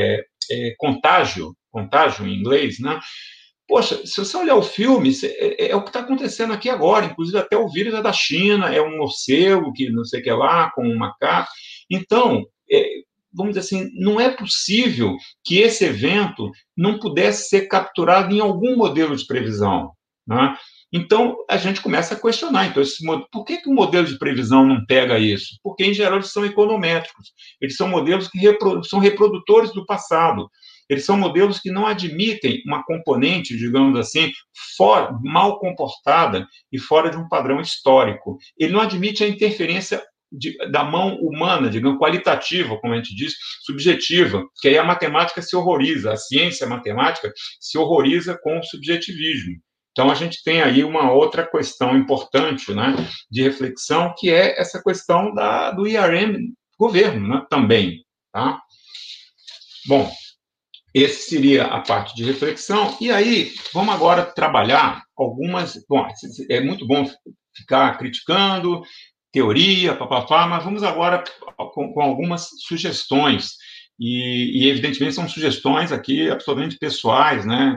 Speaker 2: Contágio em inglês, né? Poxa, se você olhar o filme, é o que está acontecendo aqui agora, inclusive até o vírus é da China, é um morcego que não sei o que lá, com um macaco. Então, vamos dizer assim, não é possível que esse evento não pudesse ser capturado em algum modelo de previsão, né? Então, a gente começa a questionar. Então, por que o modelo de previsão não pega isso? Porque, em geral, eles são econométricos. Eles são modelos que são reprodutores do passado. Eles são modelos que não admitem uma componente, digamos assim, mal comportada e fora de um padrão histórico. Ele não admite a interferência da mão humana, digamos, qualitativa, como a gente diz, subjetiva, que aí a matemática se horroriza, a ciência matemática se horroriza com o subjetivismo. Então, a gente tem aí uma outra questão importante, né, de reflexão, que é essa questão do IRM governo, né, também. Tá? Bom, esse seria a parte de reflexão. E aí, vamos agora trabalhar algumas... Bom, é muito bom ficar criticando, teoria, papapá, mas vamos agora com algumas sugestões. E, evidentemente, são sugestões aqui absolutamente pessoais, né?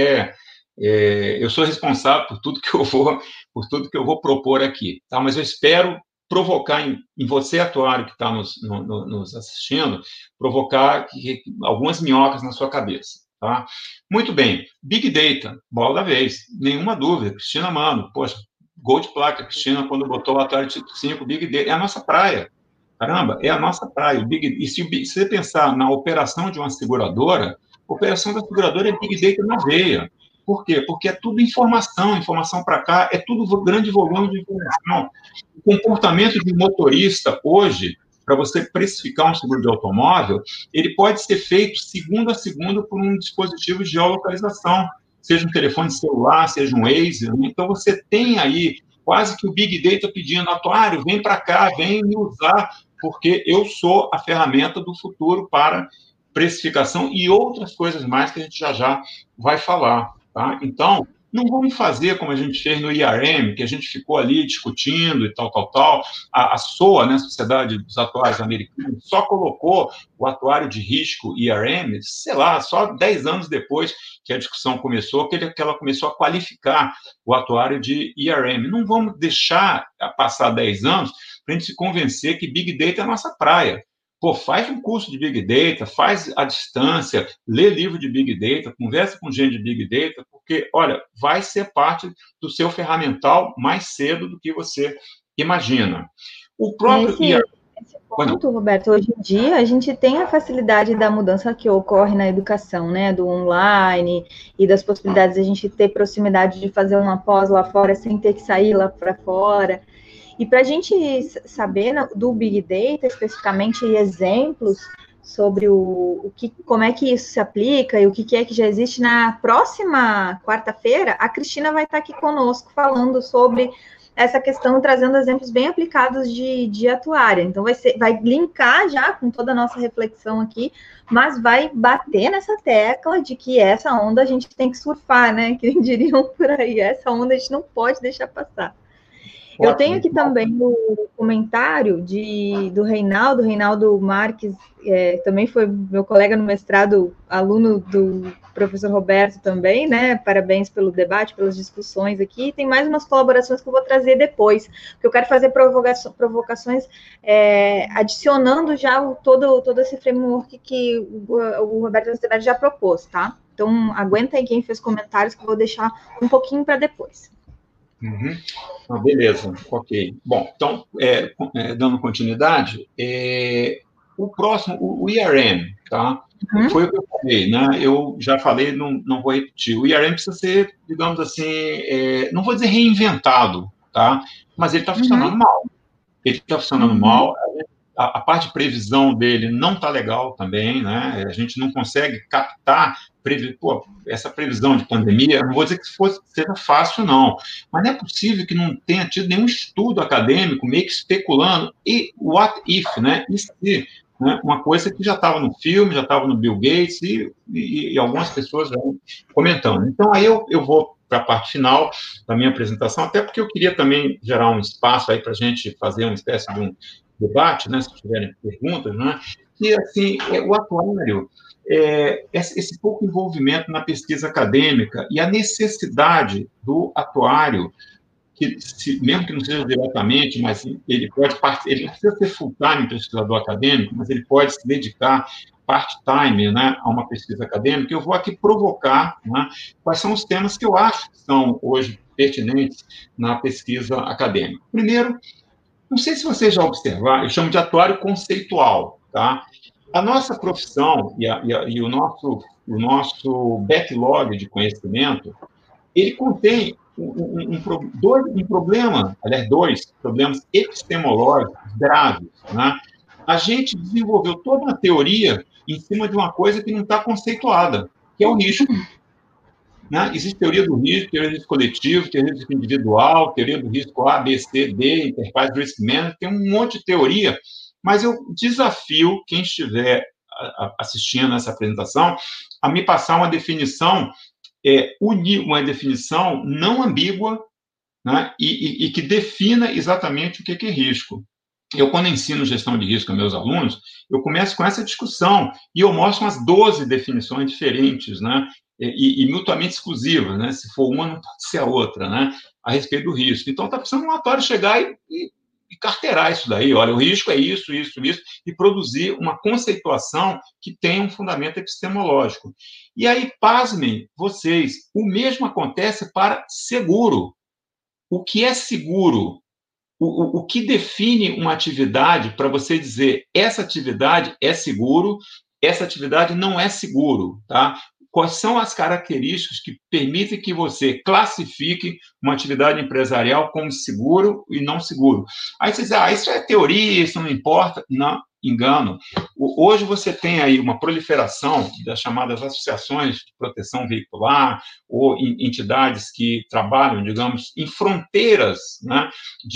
Speaker 2: Eu sou responsável por tudo que eu vou propor aqui, tá? Mas eu espero provocar em você, atuário, que está nos assistindo, provocar algumas minhocas na sua cabeça, tá? Muito bem, Big Data, bola da vez, nenhuma dúvida, Cristina Mano, poxa, gol de placa, Cristina, quando botou o Atari 5, Big Data, é a nossa praia, caramba, é a nossa praia, e se você pensar na operação de uma seguradora, a operação da seguradora é Big Data na veia. Por quê? Porque é tudo informação para cá, é tudo grande volume de informação. O comportamento de motorista hoje, para você precificar um seguro de automóvel, ele pode ser feito segundo a segundo por um dispositivo de geolocalização, seja um telefone celular, seja um Waze. Então, você tem aí quase que o Big Data pedindo, atuário, vem para cá, vem me usar, porque eu sou a ferramenta do futuro para precificação e outras coisas mais que a gente já vai falar. Tá? Então, não vamos fazer como a gente fez no IRM, que a gente ficou ali discutindo e tal. A SOA, né, Sociedade dos Atuários Americanos, só colocou o atuário de risco IRM, sei lá, só 10 anos depois que a discussão começou, que ela começou a qualificar o atuário de IRM. Não vamos deixar passar 10 anos para a gente se convencer que Big Data é a nossa praia. Pô, faz um curso de Big Data, faz à distância, lê livro de Big Data, conversa com gente de Big Data, porque, olha, vai ser parte do seu ferramental mais cedo do que você imagina. O próprio...
Speaker 1: Esse ponto, Roberto, hoje em dia a gente tem a facilidade da mudança que ocorre na educação, né, do online e das possibilidades de a gente ter proximidade de fazer uma pós lá fora sem ter que sair lá para fora. E para a gente saber do Big Data, especificamente, exemplos sobre como é que isso se aplica e o que é que já existe, na próxima quarta-feira, a Cristina vai estar aqui conosco falando sobre essa questão, trazendo exemplos bem aplicados de atuária. Então, vai linkar já com toda a nossa reflexão aqui, mas vai bater nessa tecla de que essa onda a gente tem que surfar, né? Que diriam por aí, essa onda a gente não pode deixar passar. Eu tenho aqui também o comentário do Reinaldo Marques, também foi meu colega no mestrado, aluno do professor Roberto também, né? Parabéns pelo debate, pelas discussões aqui. Tem mais umas colaborações que eu vou trazer depois, porque eu quero fazer provocações adicionando já todo esse framework que o Roberto já propôs, tá? Então, aguenta aí quem fez comentários, que eu vou deixar um pouquinho para depois.
Speaker 2: Uhum. Ah, beleza, ok. Bom, então, dando continuidade, o próximo, o IRM, tá? Uhum. Foi o que eu falei, né? Eu já falei, não vou repetir. O IRM precisa ser, digamos assim, não vou dizer reinventado, tá? Mas ele está funcionando mal. Ele está funcionando mal. A parte de previsão dele não está legal também, né? A gente não consegue captar essa previsão de pandemia. Não vou dizer que seja fácil, não, mas não é possível que não tenha tido nenhum estudo acadêmico meio que especulando e what if, né? E se, né? Uma coisa que já estava no filme, já estava no Bill Gates e algumas pessoas vão comentando. Então, aí eu vou para a parte final da minha apresentação, até porque eu queria também gerar um espaço aí para a gente fazer uma espécie de um debate, né, se tiverem perguntas, né, e, assim, o atuário, esse pouco envolvimento na pesquisa acadêmica e a necessidade do atuário, que mesmo que não seja diretamente, mas ele não precisa ser full-time pesquisador acadêmico, mas ele pode se dedicar part-time, né, a uma pesquisa acadêmica. Eu vou aqui provocar, né, quais são os temas que eu acho que são hoje pertinentes na pesquisa acadêmica. Primeiro, não sei se vocês já observaram, eu chamo de atuário conceitual, tá? A nossa profissão e o nosso backlog de conhecimento, ele contém um problema, aliás, dois problemas epistemológicos graves, né? A gente desenvolveu toda uma teoria em cima de uma coisa que não está conceituada, que é o risco. Né? Existe teoria do risco, teoria do risco coletivo, teoria do risco individual, teoria do risco A, B, C, D, Enterprise Risk Management, tem um monte de teoria, mas eu desafio quem estiver assistindo essa apresentação a me passar uma definição, uma definição não ambígua, né? E que defina exatamente o que é risco. Eu, quando ensino gestão de risco a meus alunos, eu começo com essa discussão e eu mostro umas 12 definições diferentes, né? E mutuamente exclusivas, né? Se for uma, não pode ser a outra, né? A respeito do risco. Então, está precisando um relatório chegar e carteirar isso daí. Olha, o risco é isso, isso, isso, e produzir uma conceituação que tenha um fundamento epistemológico. E aí, pasmem vocês, o mesmo acontece para seguro. O que é seguro? O que define uma atividade para você dizer essa atividade é seguro, essa atividade não é seguro, tá? Quais são as características que permitem que você classifique uma atividade empresarial como seguro e não seguro? Aí você diz, isso é teoria, isso não importa. Não, engano. Hoje você tem aí uma proliferação das chamadas associações de proteção veicular ou entidades que trabalham, digamos, em fronteiras, né,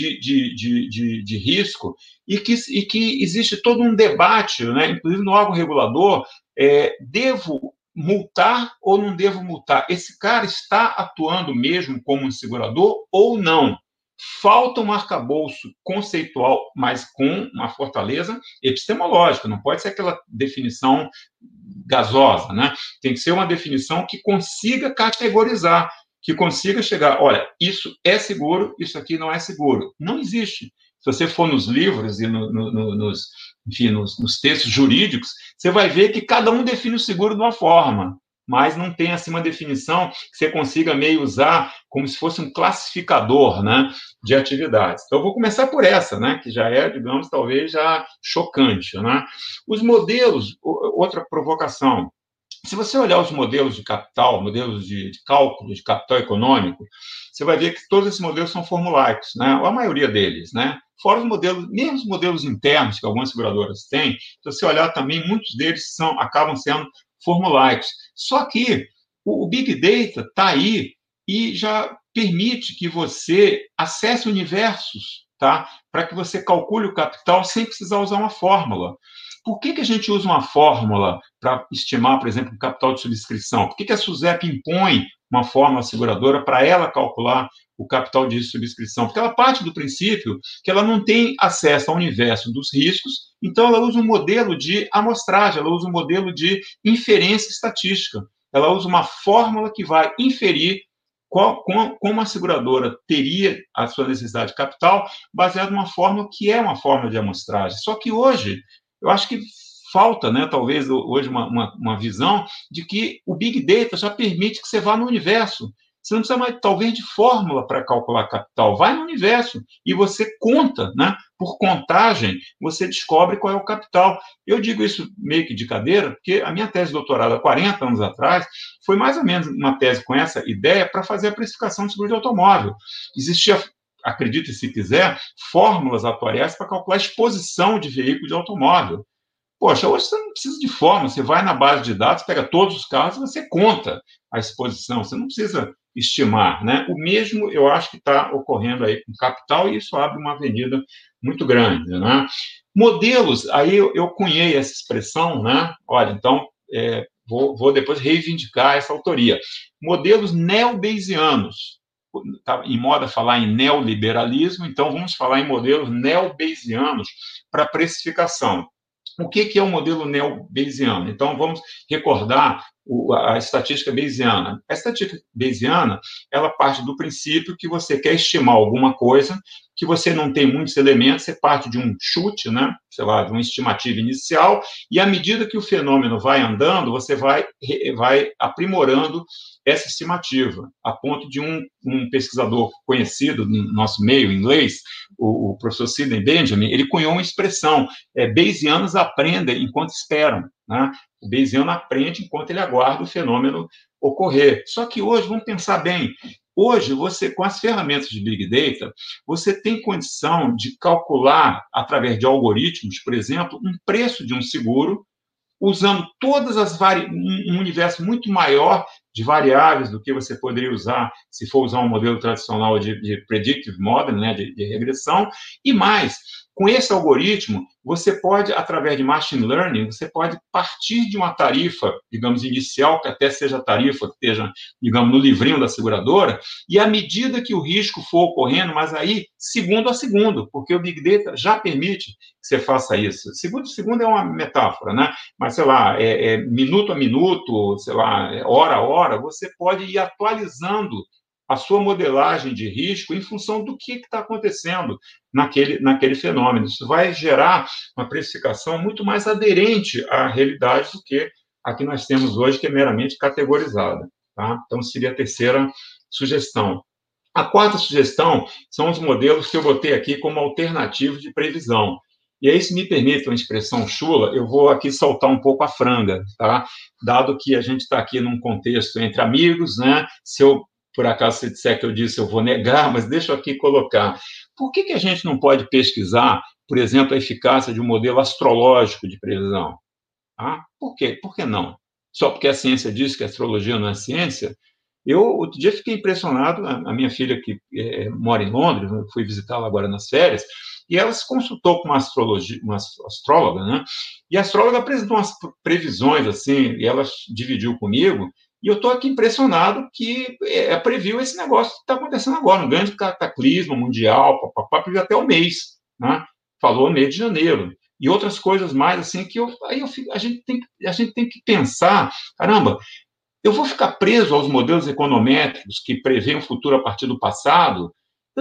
Speaker 2: de risco e que existe todo um debate, né, inclusive no órgão regulador, devo multar ou não devo multar? Esse cara está atuando mesmo como um segurador ou não? Falta um arcabouço conceitual, mas com uma fortaleza epistemológica, não pode ser aquela definição gasosa, né? Tem que ser uma definição que consiga categorizar, que consiga chegar, olha, isso é seguro, isso aqui não é seguro. Não existe. Se você for nos livros e nos textos jurídicos, você vai ver que cada um define o seguro de uma forma, mas não tem assim uma definição que você consiga meio usar como se fosse um classificador, né, de atividades. Então, eu vou começar por essa, né, que já é, digamos, talvez já chocante, né? Os modelos, outra provocação. Se você olhar os modelos de capital, modelos de cálculo de capital econômico, você vai ver que todos esses modelos são formulaicos, né? Ou a maioria deles, né? Fora os modelos, mesmo os modelos internos que algumas seguradoras têm, se você olhar também, muitos deles acabam sendo formulaicos. Só que o Big Data está aí e já permite que você acesse universos, tá? Para que você calcule o capital sem precisar usar uma fórmula. Por que a gente usa uma fórmula para estimar, por exemplo, o capital de subscrição? Por que a SUSEP impõe uma fórmula seguradora para ela calcular o capital de subscrição? Porque ela parte do princípio que ela não tem acesso ao universo dos riscos, então ela usa um modelo de amostragem, ela usa um modelo de inferência estatística. Ela usa uma fórmula que vai inferir como a seguradora teria a sua necessidade de capital, baseado numa fórmula que é uma fórmula de amostragem. Só que hoje, eu acho que falta, né, talvez hoje, uma visão de que o Big Data já permite que você vá no universo. Você não precisa mais, talvez, de fórmula para calcular capital. Vai no universo e você conta, né? Por contagem, você descobre qual é o capital. Eu digo isso meio que de cadeira, porque a minha tese de doutorado há 40 anos atrás foi mais ou menos uma tese com essa ideia para fazer a precificação de seguro de automóvel. Existia, acredite se quiser, fórmulas atuariais para calcular a exposição de veículo de automóvel. Poxa, hoje você não precisa de fórmula, você vai na base de dados, pega todos os carros e você conta a exposição, você não precisa estimar, né? O mesmo eu acho que está ocorrendo aí com capital e isso abre uma avenida muito grande, né? Modelos, aí eu cunhei essa expressão, né? Olha, então, vou depois reivindicar essa autoria. Modelos neo-bayesianos. Está em moda falar em neoliberalismo, então vamos falar em modelos neo-bayesianos para precificação. O que é o modelo neo-bayesiano? Então, vamos recordar a estatística bayesiana. A estatística bayesiana, ela parte do princípio que você quer estimar alguma coisa que você não tem muitos elementos, você parte de um chute, né, sei lá, de uma estimativa inicial, e à medida que o fenômeno vai andando, você vai aprimorando essa estimativa, a ponto de um pesquisador conhecido no nosso meio inglês, o professor Sidney Benjamin, ele cunhou uma expressão, Bayesianos aprendem enquanto esperam, né? O Bayesiano aprende enquanto ele aguarda o fenômeno ocorrer. Só que hoje, vamos pensar bem, hoje, você, com as ferramentas de Big Data, você tem condição de calcular, através de algoritmos, por exemplo, um preço de um seguro, usando todas as um universo muito maior de variáveis do que você poderia usar se for usar um modelo tradicional de predictive model, né, de regressão, e mais, com esse algoritmo, você pode, através de machine learning, você pode partir de uma tarifa, digamos, inicial, que até seja a tarifa que esteja, digamos, no livrinho da seguradora, e à medida que o risco for ocorrendo, mas aí, segundo a segundo, porque o Big Data já permite que você faça isso. Segundo é uma metáfora, né? Mas, sei lá, minuto a minuto, sei lá, hora a hora, você pode ir atualizando a sua modelagem de risco em função do que está acontecendo naquele fenômeno. Isso vai gerar uma precificação muito mais aderente à realidade do que a que nós temos hoje, que é meramente categorizada. Tá? Então, seria a terceira sugestão. A quarta sugestão são os modelos que eu botei aqui como alternativos de previsão. E aí, se me permite uma expressão chula, eu vou aqui soltar um pouco a franga, tá? Dado que a gente está aqui num contexto entre amigos, né? Se eu, por acaso, se disser que eu disse, eu vou negar, mas deixa eu aqui colocar. Por que a gente não pode pesquisar, por exemplo, a eficácia de um modelo astrológico de previsão? Ah, por quê? Por que não? Só porque a ciência diz que a astrologia não é ciência? Eu, outro dia, fiquei impressionado, a minha filha, que mora em Londres, eu fui visitá-la agora nas férias, e ela se consultou com uma astróloga, né? E a astróloga apresentou umas previsões, assim, e ela dividiu comigo, e eu estou aqui impressionado que previu esse negócio que está acontecendo agora, um grande cataclisma mundial, previu até o mês, né? Falou mês de janeiro. E outras coisas mais, assim, que a gente tem que pensar, caramba, eu vou ficar preso aos modelos econométricos que prevêem o futuro a partir do passado?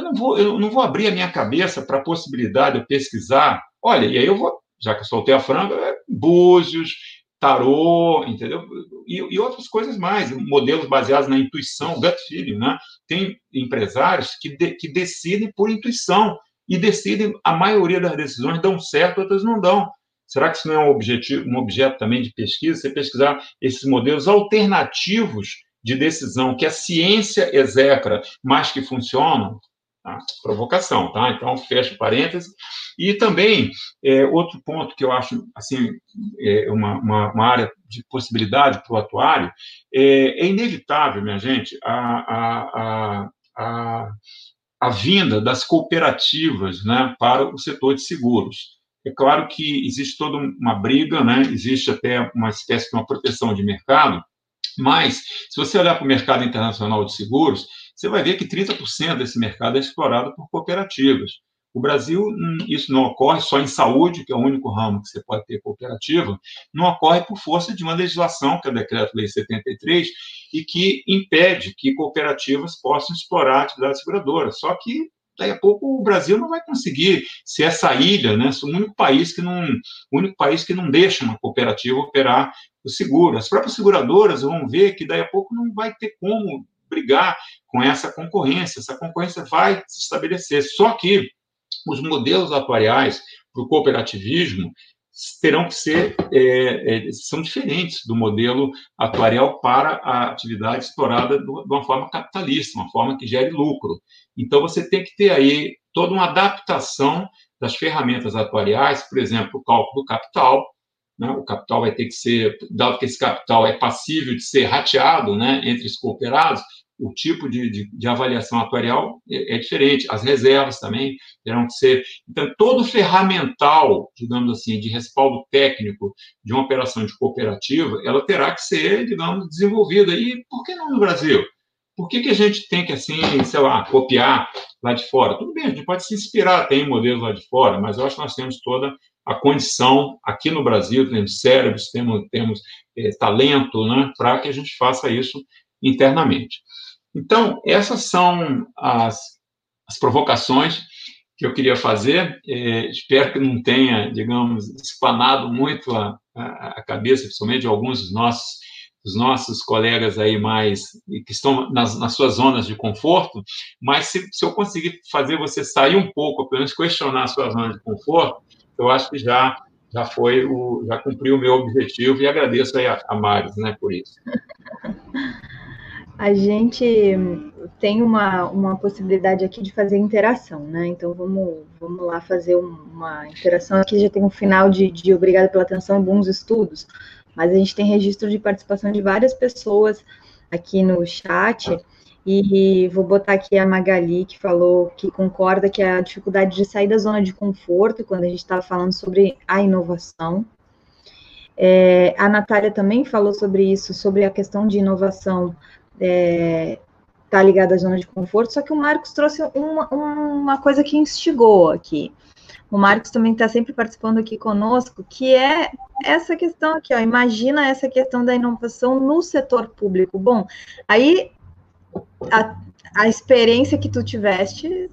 Speaker 2: Eu não vou abrir a minha cabeça para a possibilidade de eu pesquisar. Olha, e aí eu vou, já que eu soltei a franga, búzios, tarô, entendeu? E outras coisas mais, modelos baseados na intuição, gut feeling, né? Tem empresários que decidem por intuição e decidem, a maioria das decisões dão certo, outras não dão. Será que isso não é um objeto também de pesquisa? Você pesquisar esses modelos alternativos de decisão que a ciência execra, mas que funcionam? Tá? Provocação, tá? Então, fecho parênteses. E também, outro ponto que eu acho, assim, uma área de possibilidade para o atuário, é inevitável, minha gente, a vinda das cooperativas, né, para o setor de seguros. É claro que existe toda uma briga, né, existe até uma espécie de uma proteção de mercado, mas, se você olhar para o mercado internacional de seguros, você vai ver que 30% desse mercado é explorado por cooperativas. O Brasil, isso não ocorre só em saúde, que é o único ramo que você pode ter cooperativa, não ocorre por força de uma legislação, que é o Decreto-Lei 73, e que impede que cooperativas possam explorar a atividade seguradora. Só que, daí a pouco, o Brasil não vai conseguir ser essa ilha, né? O único país que não deixa uma cooperativa operar o seguro. As próprias seguradoras vão ver que, daí a pouco, não vai ter como brigar com essa concorrência vai se estabelecer. Só que os modelos atuariais para o cooperativismo terão que ser, são diferentes do modelo atuarial para a atividade explorada de uma forma capitalista, uma forma que gere lucro. Então, você tem que ter aí toda uma adaptação das ferramentas atuariais, por exemplo, o cálculo do capital, né? O capital vai ter que ser, dado que esse capital é passível de ser rateado, né, entre os cooperados, o tipo de avaliação atuarial é diferente. As reservas também terão que ser. Então, todo ferramental, digamos assim, de respaldo técnico de uma operação de cooperativa, ela terá que ser, digamos, desenvolvida. E por que não no Brasil? Por que a gente tem que, assim, sei lá, copiar lá de fora? Tudo bem, a gente pode se inspirar até em modelos lá de fora, mas eu acho que nós temos toda a condição, aqui no Brasil, temos cérebros, temos talento, né, para que a gente faça isso internamente. Então, essas são as provocações que eu queria fazer. Espero que não tenha, digamos, espanado muito a cabeça, principalmente de alguns dos nossos colegas aí mais, que estão nas suas zonas de conforto, mas se eu conseguir fazer você sair um pouco, pelo menos questionar a sua zona de conforto, eu acho que já cumpriu o meu objetivo, e agradeço aí a Maris, né, por isso.
Speaker 1: A gente tem uma possibilidade aqui de fazer interação, né? Então, vamos lá fazer uma interação aqui. Já tem um final de obrigado pela atenção e bons estudos, mas a gente tem registro de participação de várias pessoas aqui no chat, e vou botar aqui a Magali, que falou que concorda que a dificuldade de sair da zona de conforto, quando a gente estava falando sobre a inovação. A Natália também falou sobre isso, sobre a questão de inovação tá ligada à zona de conforto, só que o Marcos trouxe uma coisa que instigou aqui. O Marcos também está sempre participando aqui conosco, que é essa questão aqui, ó, imagina essa questão da inovação no setor público. Bom, aí a experiência que tu tiveste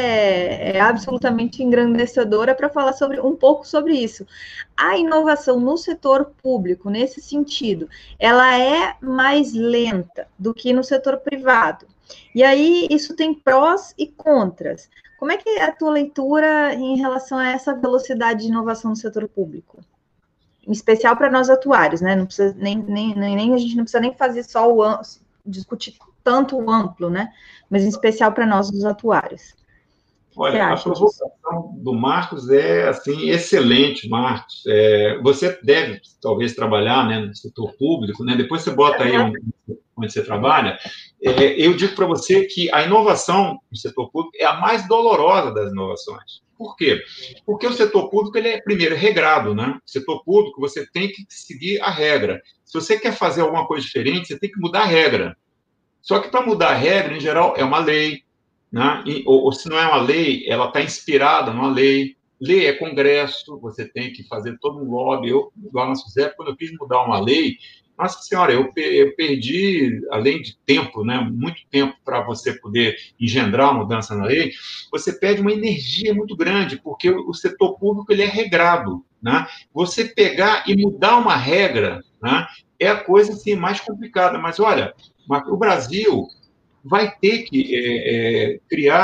Speaker 1: é absolutamente engrandecedora para falar um pouco sobre isso. A inovação no setor público, nesse sentido, ela é mais lenta do que no setor privado. E aí, isso tem prós e contras. Como é que é a tua leitura em relação a essa velocidade de inovação no setor público? Em especial para nós atuários, né? Não precisa a gente não precisa nem fazer só discutir tanto o amplo, né? Mas em especial para nós, os atuários.
Speaker 2: Olha, a provocação do Marcos é, assim, excelente, Marcos. Você deve, talvez, trabalhar, né, no setor público, né? Depois você bota aí onde você trabalha. Eu digo para você que a inovação no setor público é a mais dolorosa das inovações. Por quê? Porque o setor público, ele é, primeiro, regrado, né? O setor público, você tem que seguir a regra. Se você quer fazer alguma coisa diferente, você tem que mudar a regra. Só que para mudar a regra, em geral, é uma lei, né? Ou se não é uma lei, ela está inspirada numa lei. Lei é congresso, você tem que fazer todo um lobby. Igual nós fizemos, quando eu quis mudar uma lei, nossa senhora, eu perdi, além de tempo, né, muito tempo para você poder engendrar uma mudança na lei, você perde uma energia muito grande, porque o setor público, ele é regrado, né? Você pegar e mudar uma regra, né, é a coisa assim, mais complicada. Mas, olha, o Brasil vai ter que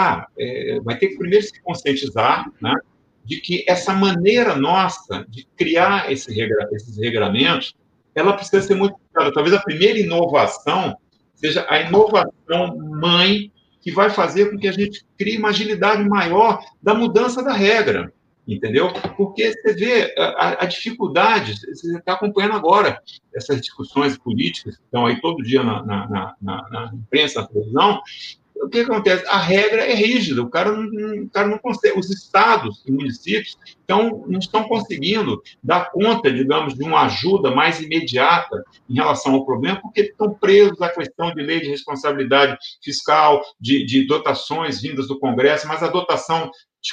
Speaker 2: vai ter que primeiro se conscientizar, né, de que essa maneira nossa de criar esses regramentos, ela precisa ser modificada. Talvez a primeira inovação seja a inovação mãe, que vai fazer com que a gente crie uma agilidade maior da mudança da regra, entendeu? Porque você vê a dificuldade, você está acompanhando agora essas discussões políticas que estão aí todo dia na imprensa, na televisão. O que acontece? A regra é rígida, o cara não consegue. Os estados e municípios não estão conseguindo dar conta, digamos, de uma ajuda mais imediata em relação ao problema, porque estão presos à questão de lei de responsabilidade fiscal, de dotações vindas do Congresso, mas a dotação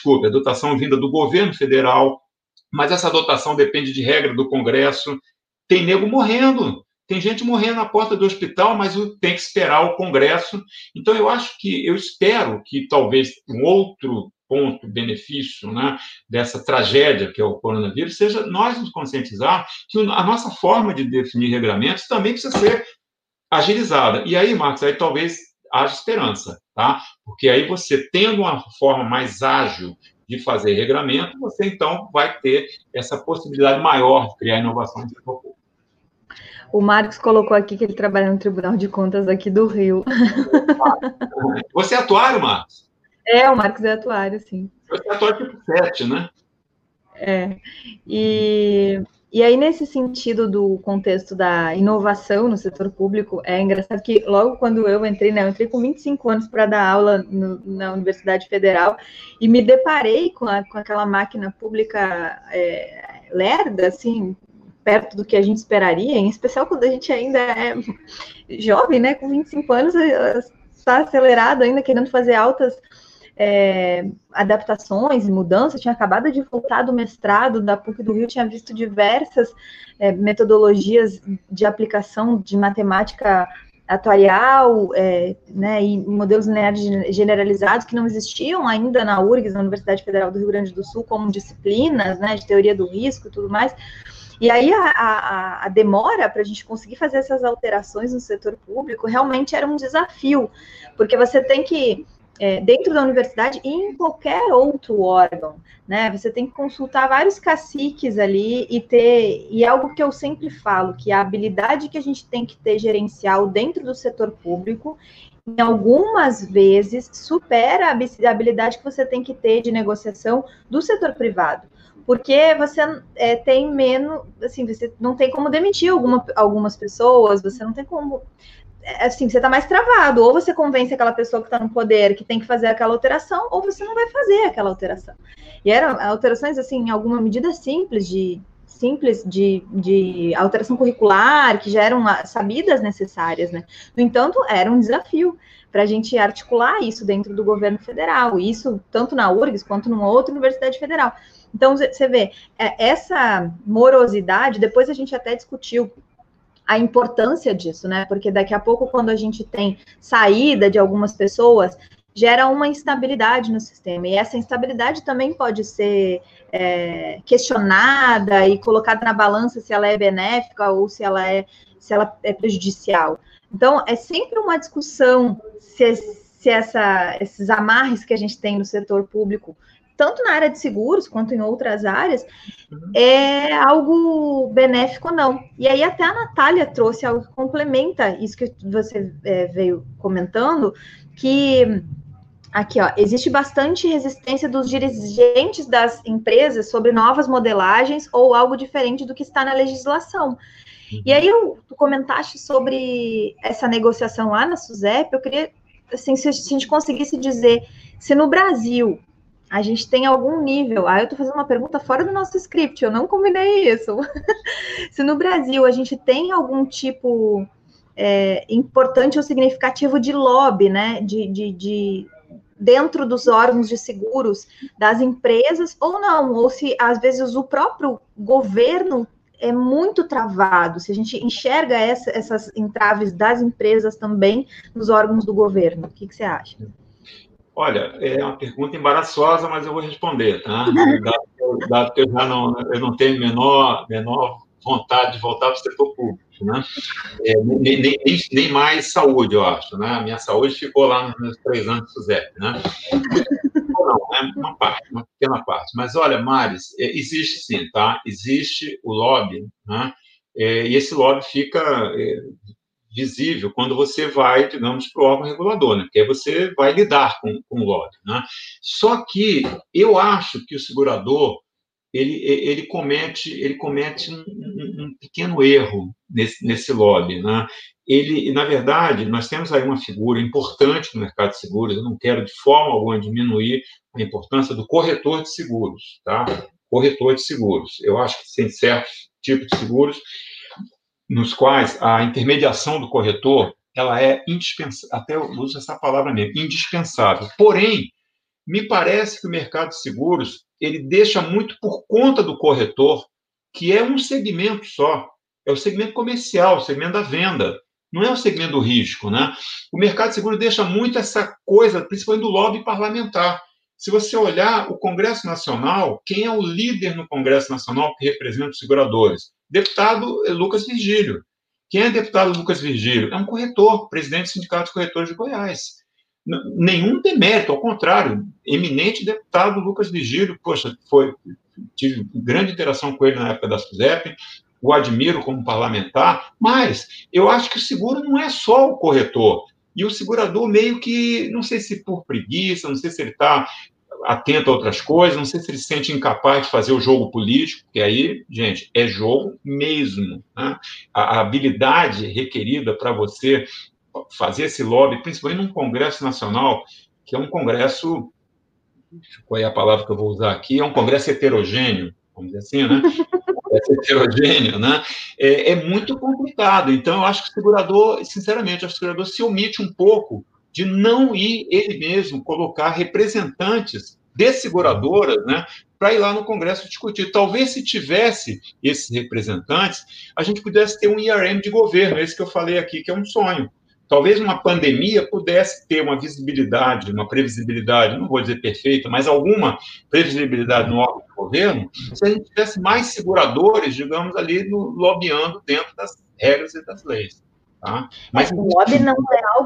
Speaker 2: vinda do governo federal, mas essa dotação depende de regra do Congresso. Tem nego morrendo. Tem gente morrendo na porta do hospital, mas tem que esperar o Congresso. Então, eu espero que talvez um outro ponto, benefício, né, dessa tragédia que é o coronavírus, seja nós nos conscientizar que a nossa forma de definir regramentos também precisa ser agilizada. E aí, Marcos, aí talvez haja esperança, tá? Porque aí você, tendo uma forma mais ágil de fazer regramento, você, então, vai ter essa possibilidade maior de criar inovação no setor público.
Speaker 1: O Marcos colocou aqui que ele trabalha no Tribunal de Contas aqui do Rio.
Speaker 2: Você é atuário, Marcos?
Speaker 1: O Marcos é atuário, sim.
Speaker 2: Você é atuário tipo 7, né?
Speaker 1: E aí, nesse sentido do contexto da inovação no setor público, é engraçado que logo quando eu entrei, né, eu entrei com 25 anos para dar aula na Universidade Federal e me deparei com aquela máquina pública lerda, assim, perto do que a gente esperaria, em especial quando a gente ainda é jovem, né, com 25 anos, está acelerado ainda, querendo fazer altas adaptações e mudanças. Tinha acabado de voltar do mestrado da PUC do Rio, tinha visto diversas metodologias de aplicação de matemática atuarial, né, e modelos lineares generalizados que não existiam ainda na URGS, na Universidade Federal do Rio Grande do Sul, como disciplinas, né, de teoria do risco e tudo mais. E aí a demora para a gente conseguir fazer essas alterações no setor público realmente era um desafio, porque você tem que, dentro da universidade e em qualquer outro órgão, né, você tem que consultar vários caciques ali e algo que eu sempre falo, que a habilidade que a gente tem que ter gerencial dentro do setor público, em algumas vezes, supera a habilidade que você tem que ter de negociação do setor privado. Porque você tem menos, assim, você não tem como demitir algumas pessoas, você não tem como, assim, você está mais travado, ou você convence aquela pessoa que está no poder que tem que fazer aquela alteração, ou você não vai fazer aquela alteração. E eram alterações, assim, em alguma medida simples de alteração curricular, que já eram sabidas necessárias, né? No entanto, era um desafio para a gente articular isso dentro do governo federal, isso tanto na URGS quanto numa outra universidade federal. Então, você vê, essa morosidade, depois a gente até discutiu a importância disso, né? Porque daqui a pouco, quando a gente tem saída de algumas pessoas, gera uma instabilidade no sistema. E essa instabilidade também pode ser questionada e colocada na balança se ela é benéfica ou se ela é prejudicial. Então, é sempre uma discussão se esses amarres que a gente tem no setor público, tanto na área de seguros quanto em outras áreas, é algo benéfico ou não. E aí até a Natália trouxe algo que complementa isso que você veio comentando, que aqui, ó, existe bastante resistência dos dirigentes das empresas sobre novas modelagens ou algo diferente do que está na legislação. E aí, tu comentaste sobre essa negociação lá na SUSEP, eu queria, assim, se a gente conseguisse dizer se no Brasil a gente tem algum nível, eu estou fazendo uma pergunta fora do nosso script, eu não combinei isso, se no Brasil a gente tem algum tipo importante ou significativo de lobby, né, dentro dos órgãos de seguros das empresas, ou não, ou se às vezes o próprio governo é muito travado, se a gente enxerga essas entraves das empresas também nos órgãos do governo. O que você acha?
Speaker 2: Olha, é uma pergunta embaraçosa, mas eu vou responder, tá? Dado que eu não tenho menor vontade de voltar para o setor público, né? Nem mais saúde, eu acho, né? A minha saúde ficou lá nos meus 3 anos de SUSEP, né? Não, é uma pequena parte. Mas, olha, Maris, existe sim, tá? Existe o lobby, né? E esse lobby fica visível quando você vai, digamos, para o órgão regulador, né? Porque aí você vai lidar com o lobby, né? Só que eu acho que o segurador ele comete um pequeno erro nesse lobby, né? Na verdade, nós temos aí uma figura importante no mercado de seguros, eu não quero de forma alguma diminuir a importância do corretor de seguros, tá? Corretor de seguros. Eu acho que tem certos tipos de seguros nos quais a intermediação do corretor, ela é indispensável, até eu uso essa palavra mesmo, indispensável. Porém, me parece que o mercado de seguros, ele deixa muito por conta do corretor, que é um segmento só, é o segmento comercial, o segmento da venda, não é o segmento do risco, né? O mercado de seguros deixa muito essa coisa, principalmente do lobby parlamentar. Se você olhar o Congresso Nacional, quem é o líder no Congresso Nacional que representa os seguradores? Deputado Lucas Virgílio. Quem é deputado Lucas Virgílio? É um corretor, presidente do Sindicato de Corretores de Goiás. Nenhum demérito, ao contrário, eminente deputado Lucas Virgílio, poxa, tive grande interação com ele na época da SUSEP, o admiro como parlamentar, mas eu acho que o seguro não é só o corretor, e o segurador meio que, não sei se por preguiça, não sei se ele está atento a outras coisas, não sei se ele se sente incapaz de fazer o jogo político, porque aí, gente, é jogo mesmo, né? A habilidade requerida para você fazer esse lobby, principalmente num congresso nacional, que é um congresso, qual é a palavra que eu vou usar aqui? É um congresso heterogêneo, vamos dizer assim, né? Heterogêneo, né? É muito complicado. Então, eu acho que o segurador, sinceramente, acho que o segurador se omite um pouco de não ir ele mesmo colocar representantes de seguradoras, né, para ir lá no Congresso discutir. Talvez, se tivesse esses representantes, a gente pudesse ter um IRM de governo, esse que eu falei aqui, que é um sonho. Talvez uma pandemia pudesse ter uma visibilidade, uma previsibilidade, não vou dizer perfeita, mas alguma previsibilidade no órgão do governo, se a gente tivesse mais seguradores, digamos, ali lobbyando dentro das regras e das leis. Tá?
Speaker 1: Mas o lobby não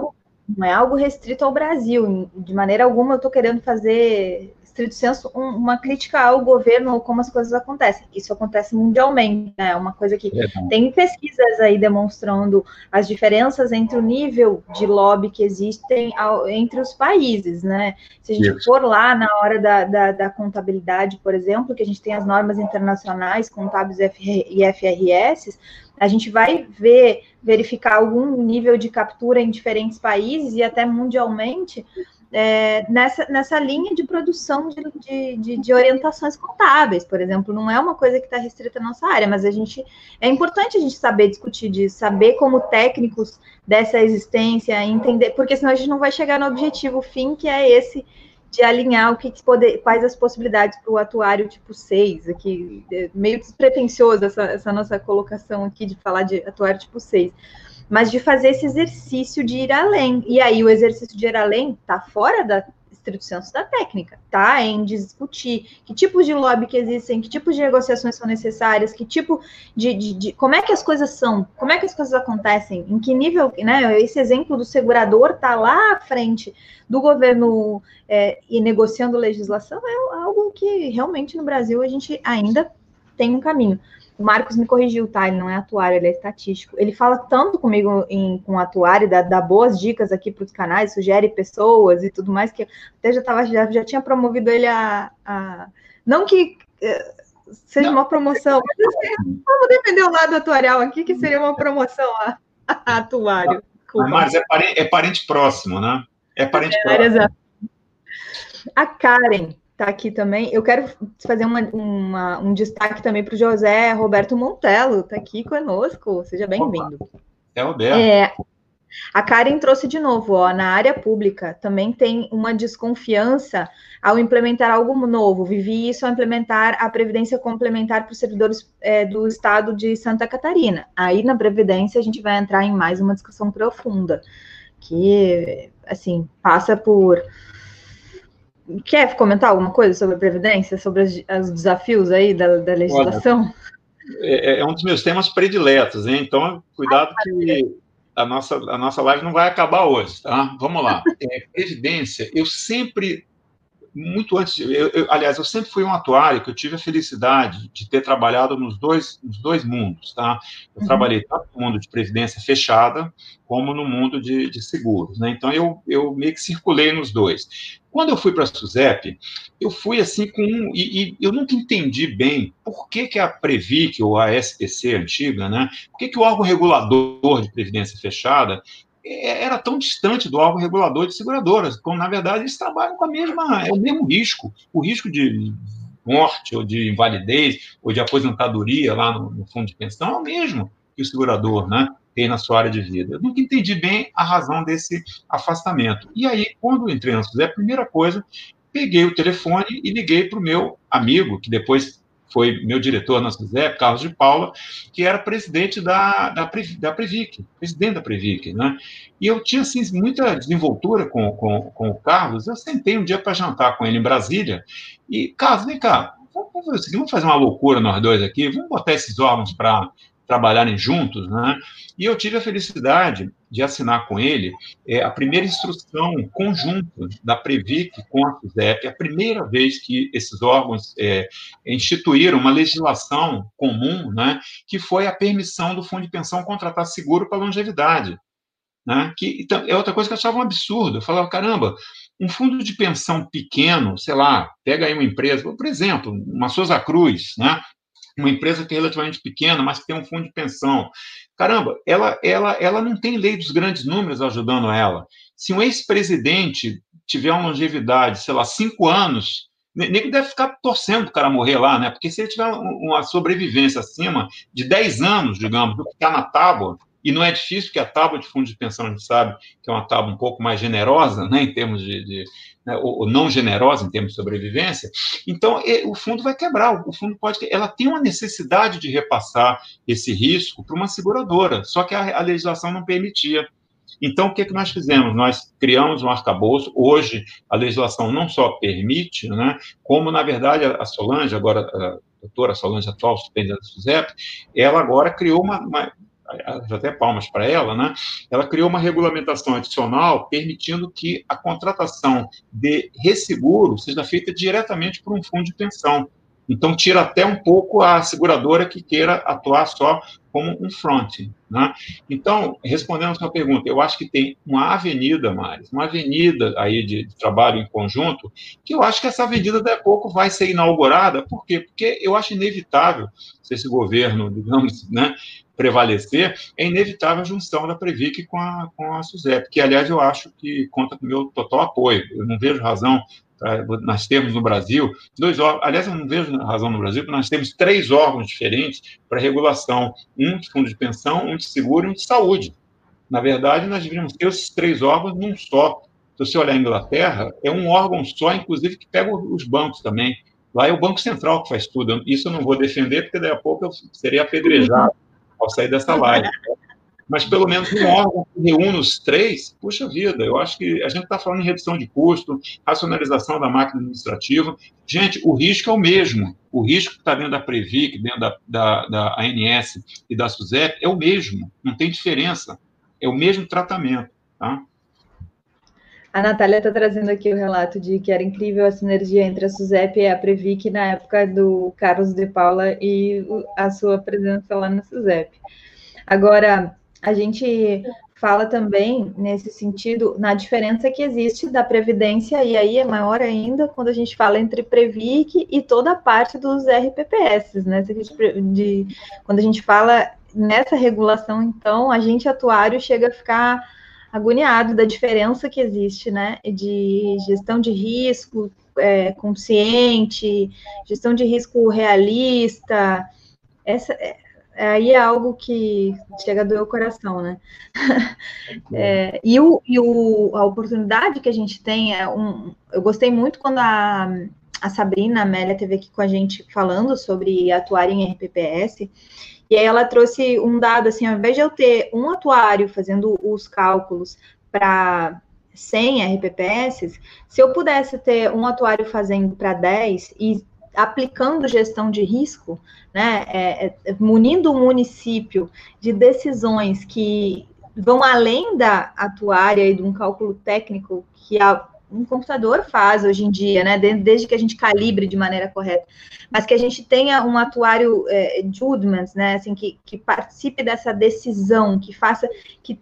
Speaker 1: é algo restrito ao Brasil. De maneira alguma eu estou querendo fazer, estrito senso, uma crítica ao governo ou como as coisas acontecem. Isso acontece mundialmente, né? É uma coisa que tem pesquisas aí demonstrando as diferenças entre o nível de lobby que existem entre os países, né? Se a gente for lá na hora da contabilidade, por exemplo, que a gente tem as normas internacionais contábeis e IFRS, a gente vai verificar algum nível de captura em diferentes países e até mundialmente nessa linha de produção de orientações contábeis, por exemplo. Não é uma coisa que está restrita à nossa área, mas é importante a gente saber discutir disso, saber como técnicos dessa existência, entender, porque senão a gente não vai chegar no objetivo fim, que é esse de alinhar quais as possibilidades para o atuário tipo 6, aqui, meio despretensioso essa nossa colocação aqui de falar de atuário tipo 6, mas de fazer esse exercício de ir além, e aí o exercício de ir além está fora da estrito senso da técnica, tá? Em discutir que tipos de lobby que existem, que tipos de negociações são necessárias, que tipo como é que as coisas são, como é que as coisas acontecem, em que nível, né? Esse exemplo do segurador tá lá à frente do governo e negociando legislação é algo que realmente no Brasil a gente ainda tem um caminho. O Marcos me corrigiu, tá? Ele não é atuário, ele é estatístico. Ele fala tanto comigo com atuário, dá boas dicas aqui para os canais, sugere pessoas e tudo mais, que até já tinha promovido ele não que seja uma promoção, mas assim, vamos defender o lado atuarial aqui, que seria uma promoção a atuário.
Speaker 2: Mas é parente próximo, né? É parente próximo.
Speaker 1: Exato. A Karen está aqui também. Eu quero fazer um destaque também para o José Roberto Montello, está aqui conosco. Seja bem-vindo.
Speaker 2: É o Roberto.
Speaker 1: A Karen trouxe de novo, na área pública também tem uma desconfiança ao implementar algo novo. Vivi isso ao implementar a Previdência Complementar para os servidores do estado de Santa Catarina. Aí, na Previdência, a gente vai entrar em mais uma discussão profunda, que, assim, passa por... Quer comentar alguma coisa sobre a Previdência, sobre os desafios aí da legislação?
Speaker 2: É um dos meus temas prediletos, hein? Então, cuidado que a nossa live não vai acabar hoje, tá? Vamos lá. Previdência, eu sempre, muito antes, aliás, eu sempre fui um atuário que eu tive a felicidade de ter trabalhado nos dois mundos, tá? Eu trabalhei tanto no mundo de previdência fechada, como no mundo de seguros, né? Então, eu meio que circulei nos dois. Quando eu fui para a SUSEP, eu fui assim e eu nunca entendi bem por que a Previc, ou a SPC antiga, né? Por que o órgão regulador de previdência fechada era tão distante do órgão regulador de seguradoras, como, na verdade, eles trabalham com o mesmo risco, o risco de morte, ou de invalidez, ou de aposentadoria lá no fundo de pensão, é o mesmo que o segurador, né, tem na sua área de vida. Eu nunca entendi bem a razão desse afastamento. E aí, quando eu entrei na SUSEP, a primeira coisa, peguei o telefone e liguei para o meu amigo, que depois foi meu diretor na SUSEP, Carlos de Paula, que era presidente da Previc, presidente da Previc, né? E eu tinha, assim, muita desenvoltura com o Carlos. Eu sentei um dia para jantar com ele em Brasília, e, Carlos, vem cá, vamos fazer uma loucura nós dois aqui, vamos botar esses órgãos para trabalharem juntos, né? E eu tive a felicidade de assinar com ele a primeira instrução conjunta da Previc com a SUSEP, a primeira vez que esses órgãos instituíram uma legislação comum, né, que foi a permissão do Fundo de Pensão contratar seguro para longevidade, né, que é outra coisa que eu achava um absurdo. Eu falava, caramba, um fundo de pensão pequeno, sei lá, pega aí uma empresa, por exemplo, uma Souza Cruz, né, uma empresa que é relativamente pequena, mas que tem um fundo de pensão. Caramba, ela não tem lei dos grandes números ajudando ela. Se um ex-presidente tiver uma longevidade, sei lá, 5 anos, nem deve ficar torcendo para o cara morrer lá, né? Porque se ele tiver uma sobrevivência acima de 10 anos, digamos, do que está na tábua, e não é difícil, porque a tábua de fundo de pensão, a gente sabe que é uma tábua um pouco mais generosa, né, em termos né, ou não generosa em termos de sobrevivência, então o fundo vai quebrar, o fundo ela tem uma necessidade de repassar esse risco para uma seguradora, só que a legislação não permitia. Então, o que nós fizemos? Nós criamos um arcabouço. Hoje, a legislação não só permite, né, como, na verdade, a Solange, agora, a doutora Solange, atual superintendente da SUSEP, ela agora criou até palmas para ela, né? Ela criou uma regulamentação adicional permitindo que a contratação de resseguro seja feita diretamente por um fundo de pensão. Então, tira até um pouco a seguradora que queira atuar só como um front, né? Então, respondendo a sua pergunta, eu acho que tem uma avenida, Maris, uma avenida aí de trabalho em conjunto, que eu acho que essa avenida, daqui a pouco, vai ser inaugurada. Por quê? Porque eu acho inevitável, se esse governo, digamos, né, prevalecer, é inevitável a junção da Previc com a SUSEP, que, aliás, eu acho que conta com o meu total apoio. Eu não vejo razão. Nós temos no Brasil dois órgãos, aliás, eu não vejo razão no Brasil, porque nós temos 3 órgãos diferentes para regulação, um de fundo de pensão, um de seguro e um de saúde. Na verdade, nós deveríamos ter esses 3 órgãos num só. Se você olhar a Inglaterra, é um órgão só, inclusive, que pega os bancos também. Lá é o Banco Central que faz tudo. Isso eu não vou defender, porque daqui a pouco eu serei apedrejado ao sair dessa live. Mas pelo menos um órgão que reúne os 3, puxa vida, eu acho que a gente está falando em redução de custo, racionalização da máquina administrativa. Gente, o risco é o mesmo. O risco que está dentro da Previc, dentro da ANS e da SUSEP, é o mesmo, não tem diferença. É o mesmo tratamento, tá?
Speaker 1: A Natália está trazendo aqui o relato de que era incrível a sinergia entre a SUSEP e a Previc na época do Carlos de Paula e a sua presença lá na SUSEP. Agora, a gente fala também, nesse sentido, na diferença que existe da Previdência, e aí é maior ainda quando a gente fala entre Previc e toda a parte dos RPPS, né? Quando a gente fala nessa regulação, então, a gente atuário chega a ficar agoniado da diferença que existe, né? De gestão de risco consciente, gestão de risco realista, aí é algo que chega a doer o coração, né? A oportunidade que a gente tem eu gostei muito quando a Sabrina Amélia esteve aqui com a gente falando sobre atuar em RPPS, e aí ela trouxe um dado, assim, ao invés de eu ter um atuário fazendo os cálculos para 100 RPPS, se eu pudesse ter um atuário fazendo para 10 e aplicando gestão de risco, né, munindo o município de decisões que vão além da atuária e de um cálculo técnico que um computador faz hoje em dia, né, desde que a gente calibre de maneira correta, mas que a gente tenha um atuário judgment, né, assim, que participe dessa decisão, que faça, que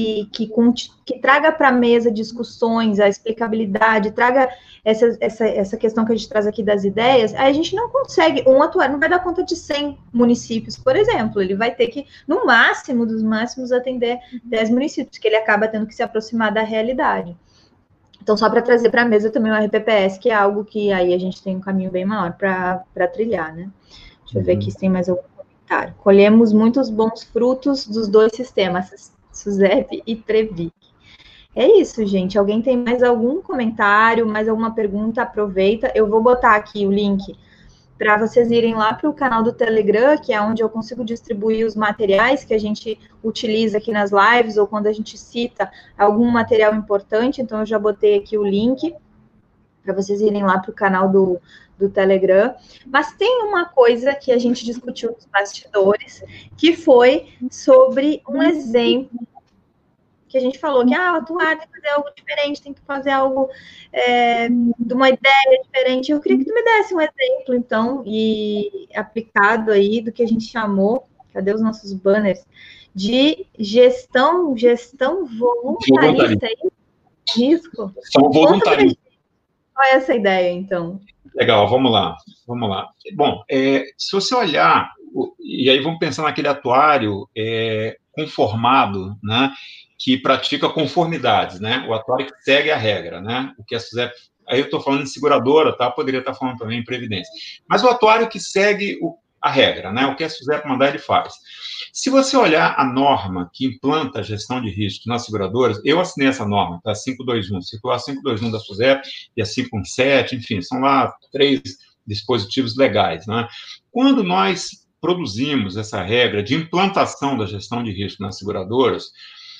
Speaker 1: traga para a mesa discussões, a explicabilidade, traga essa questão que a gente traz aqui das ideias, aí a gente não consegue, um atuário não vai dar conta de 100 municípios, por exemplo, ele vai ter que, no máximo dos máximos, atender 10 municípios, que ele acaba tendo que se aproximar da realidade. Então, só para trazer para a mesa também o RPPS, que é algo que aí a gente tem um caminho bem maior para trilhar, né? Deixa eu ver aqui se tem mais algum comentário. Colhemos muitos bons frutos dos 2 sistemas, SUSEP e Previc. É isso, gente. Alguém tem mais algum comentário, mais alguma pergunta? Aproveita. Eu vou botar aqui o link para vocês irem lá para o canal do Telegram, que é onde eu consigo distribuir os materiais que a gente utiliza aqui nas lives, ou quando a gente cita algum material importante. Então, eu já botei aqui o link para vocês irem lá para o canal do Telegram. Mas tem uma coisa que a gente discutiu nos bastidores, que foi sobre um exemplo que a gente falou que, atuar tem que fazer algo diferente, tem que fazer algo de uma ideia diferente. Eu queria que tu me desse um exemplo, então, e aplicado aí do que a gente chamou, cadê os nossos banners, de gestão voluntarista, risco.
Speaker 2: São voluntaristas.
Speaker 1: Qual é essa ideia, então?
Speaker 2: Legal, vamos lá. Bom, se você olhar, e aí vamos pensar naquele atuário conformado, né, que pratica conformidades, né, o atuário que segue a regra, né, o que a SUSEP, aí eu estou falando de seguradora, tá, poderia estar falando também em previdência, mas o atuário que segue a regra, né, o que a SUSEP mandar, ele faz. Se você olhar a norma que implanta a gestão de risco nas seguradoras, eu assinei essa norma, tá? 521, circular 521 da SUSEP e a 517, enfim, são lá 3 dispositivos legais, né? Quando nós produzimos essa regra de implantação da gestão de risco nas seguradoras,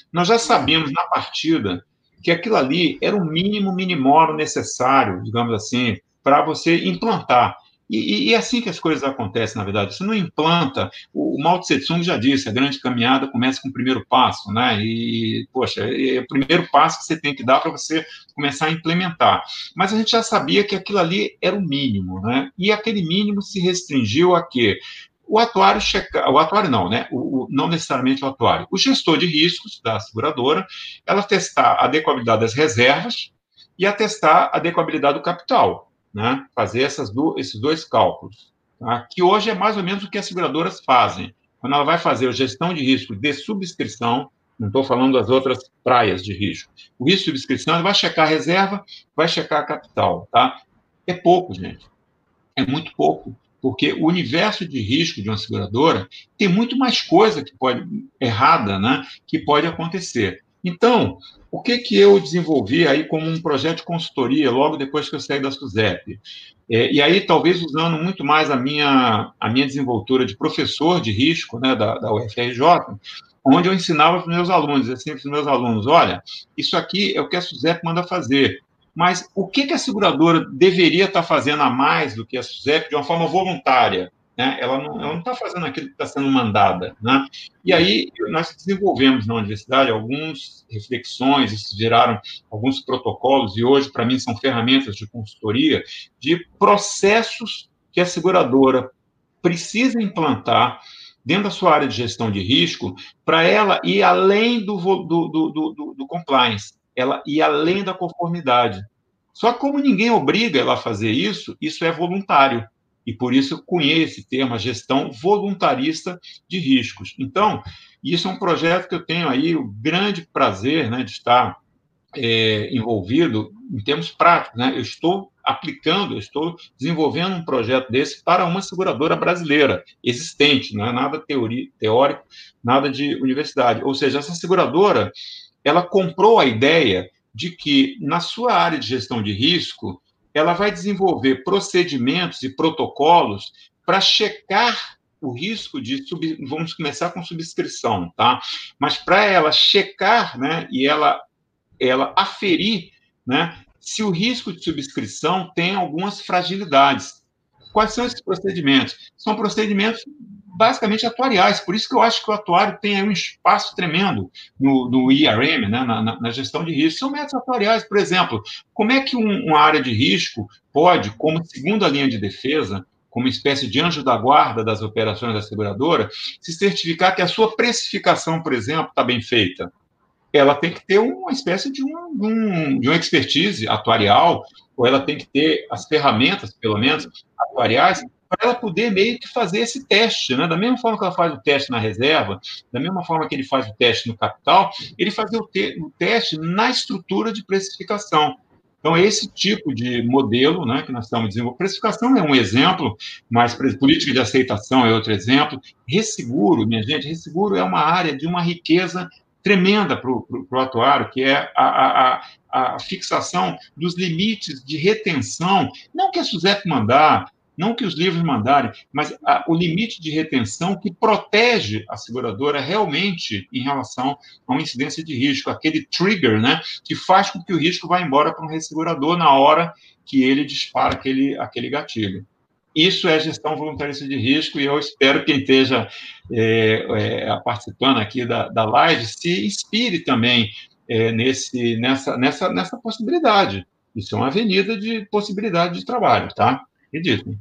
Speaker 2: nós já sabíamos na partida que aquilo ali era o mínimo minimoro necessário, digamos assim, para você implantar. E é assim que as coisas acontecem, na verdade. Você não implanta. O Mao Tse Tung já disse, a grande caminhada começa com o primeiro passo, né? E, poxa, é o primeiro passo que você tem que dar para você começar a implementar. Mas a gente já sabia que aquilo ali era o mínimo, né? E aquele mínimo se restringiu a quê? O atuário o atuário não, né? Não necessariamente o atuário. O gestor de riscos da seguradora, ela testar a adequabilidade das reservas e atestar a adequabilidade do capital, né? Fazer esses dois cálculos, tá? Que hoje é mais ou menos o que as seguradoras fazem. Quando ela vai fazer a gestão de risco de subscrição, não estou falando das outras praias de risco. O risco de subscrição, ela vai checar a reserva, vai checar a capital, tá? É pouco, gente. É muito pouco, porque o universo de risco de uma seguradora tem muito mais coisa que pode errada, né, que pode acontecer. Então, o que eu desenvolvi aí como um projeto de consultoria logo depois que eu saí da SUSEP? E aí, talvez usando muito mais a minha desenvoltura de professor de risco, né, da UFRJ, onde eu ensinava para os meus alunos, assim, para os meus alunos, olha, isso aqui é o que a SUSEP manda fazer, mas o que a seguradora deveria estar fazendo a mais do que a SUSEP de uma forma voluntária? Né? Ela não está fazendo aquilo que está sendo mandada. Né? E aí, nós desenvolvemos na universidade algumas reflexões, isso geraram alguns protocolos, e hoje, para mim, são ferramentas de consultoria, de processos que a seguradora precisa implantar dentro da sua área de gestão de risco, para ela ir além do compliance, ela ir além da conformidade. Só que como ninguém obriga ela a fazer isso é voluntário. E por isso eu cunhei esse termo, a gestão voluntarista de riscos. Então, isso é um projeto que eu tenho aí o grande prazer, né, de estar envolvido em termos práticos. Né? Eu estou estou desenvolvendo um projeto desse para uma seguradora brasileira, existente, não é nada teórico, nada de universidade. Ou seja, essa seguradora, ela comprou a ideia de que, na sua área de gestão de risco, ela vai desenvolver procedimentos e protocolos para checar o risco de vamos começar com subscrição, tá? Mas para ela checar, né, e ela aferir, né, se o risco de subscrição tem algumas fragilidades. Quais são esses procedimentos? São procedimentos basicamente atuariais, por isso que eu acho que o atuário tem um espaço tremendo no IRM, né, na gestão de risco. São métodos atuariais, por exemplo, como é que uma área de risco pode, como segunda linha de defesa, como espécie de anjo da guarda das operações da seguradora, se certificar que a sua precificação, por exemplo, está bem feita? Ela tem que ter uma espécie de uma expertise atuarial, ou ela tem que ter as ferramentas, pelo menos, atuariais, para ela poder meio que fazer esse teste, né? Da mesma forma que ela faz o teste na reserva, da mesma forma que ele faz o teste no capital, ele fazer o teste na estrutura de precificação. Então, é esse tipo de modelo, né, que nós estamos desenvolvendo. Precificação é um exemplo, mas política de aceitação é outro exemplo. Resseguro, minha gente, resseguro é uma área de uma riqueza tremenda para o atuário, que é a fixação dos limites de retenção, não que a SUSEP mandar, não que os livros mandarem, mas o limite de retenção que protege a seguradora realmente em relação a uma incidência de risco, aquele trigger, né, que faz com que o risco vá embora para um ressegurador na hora que ele dispara aquele gatilho. Isso é gestão voluntarista de risco, e eu espero que quem esteja participando aqui da live se inspire também nessa possibilidade. Isso é uma avenida de possibilidade de trabalho, tá? Acredito.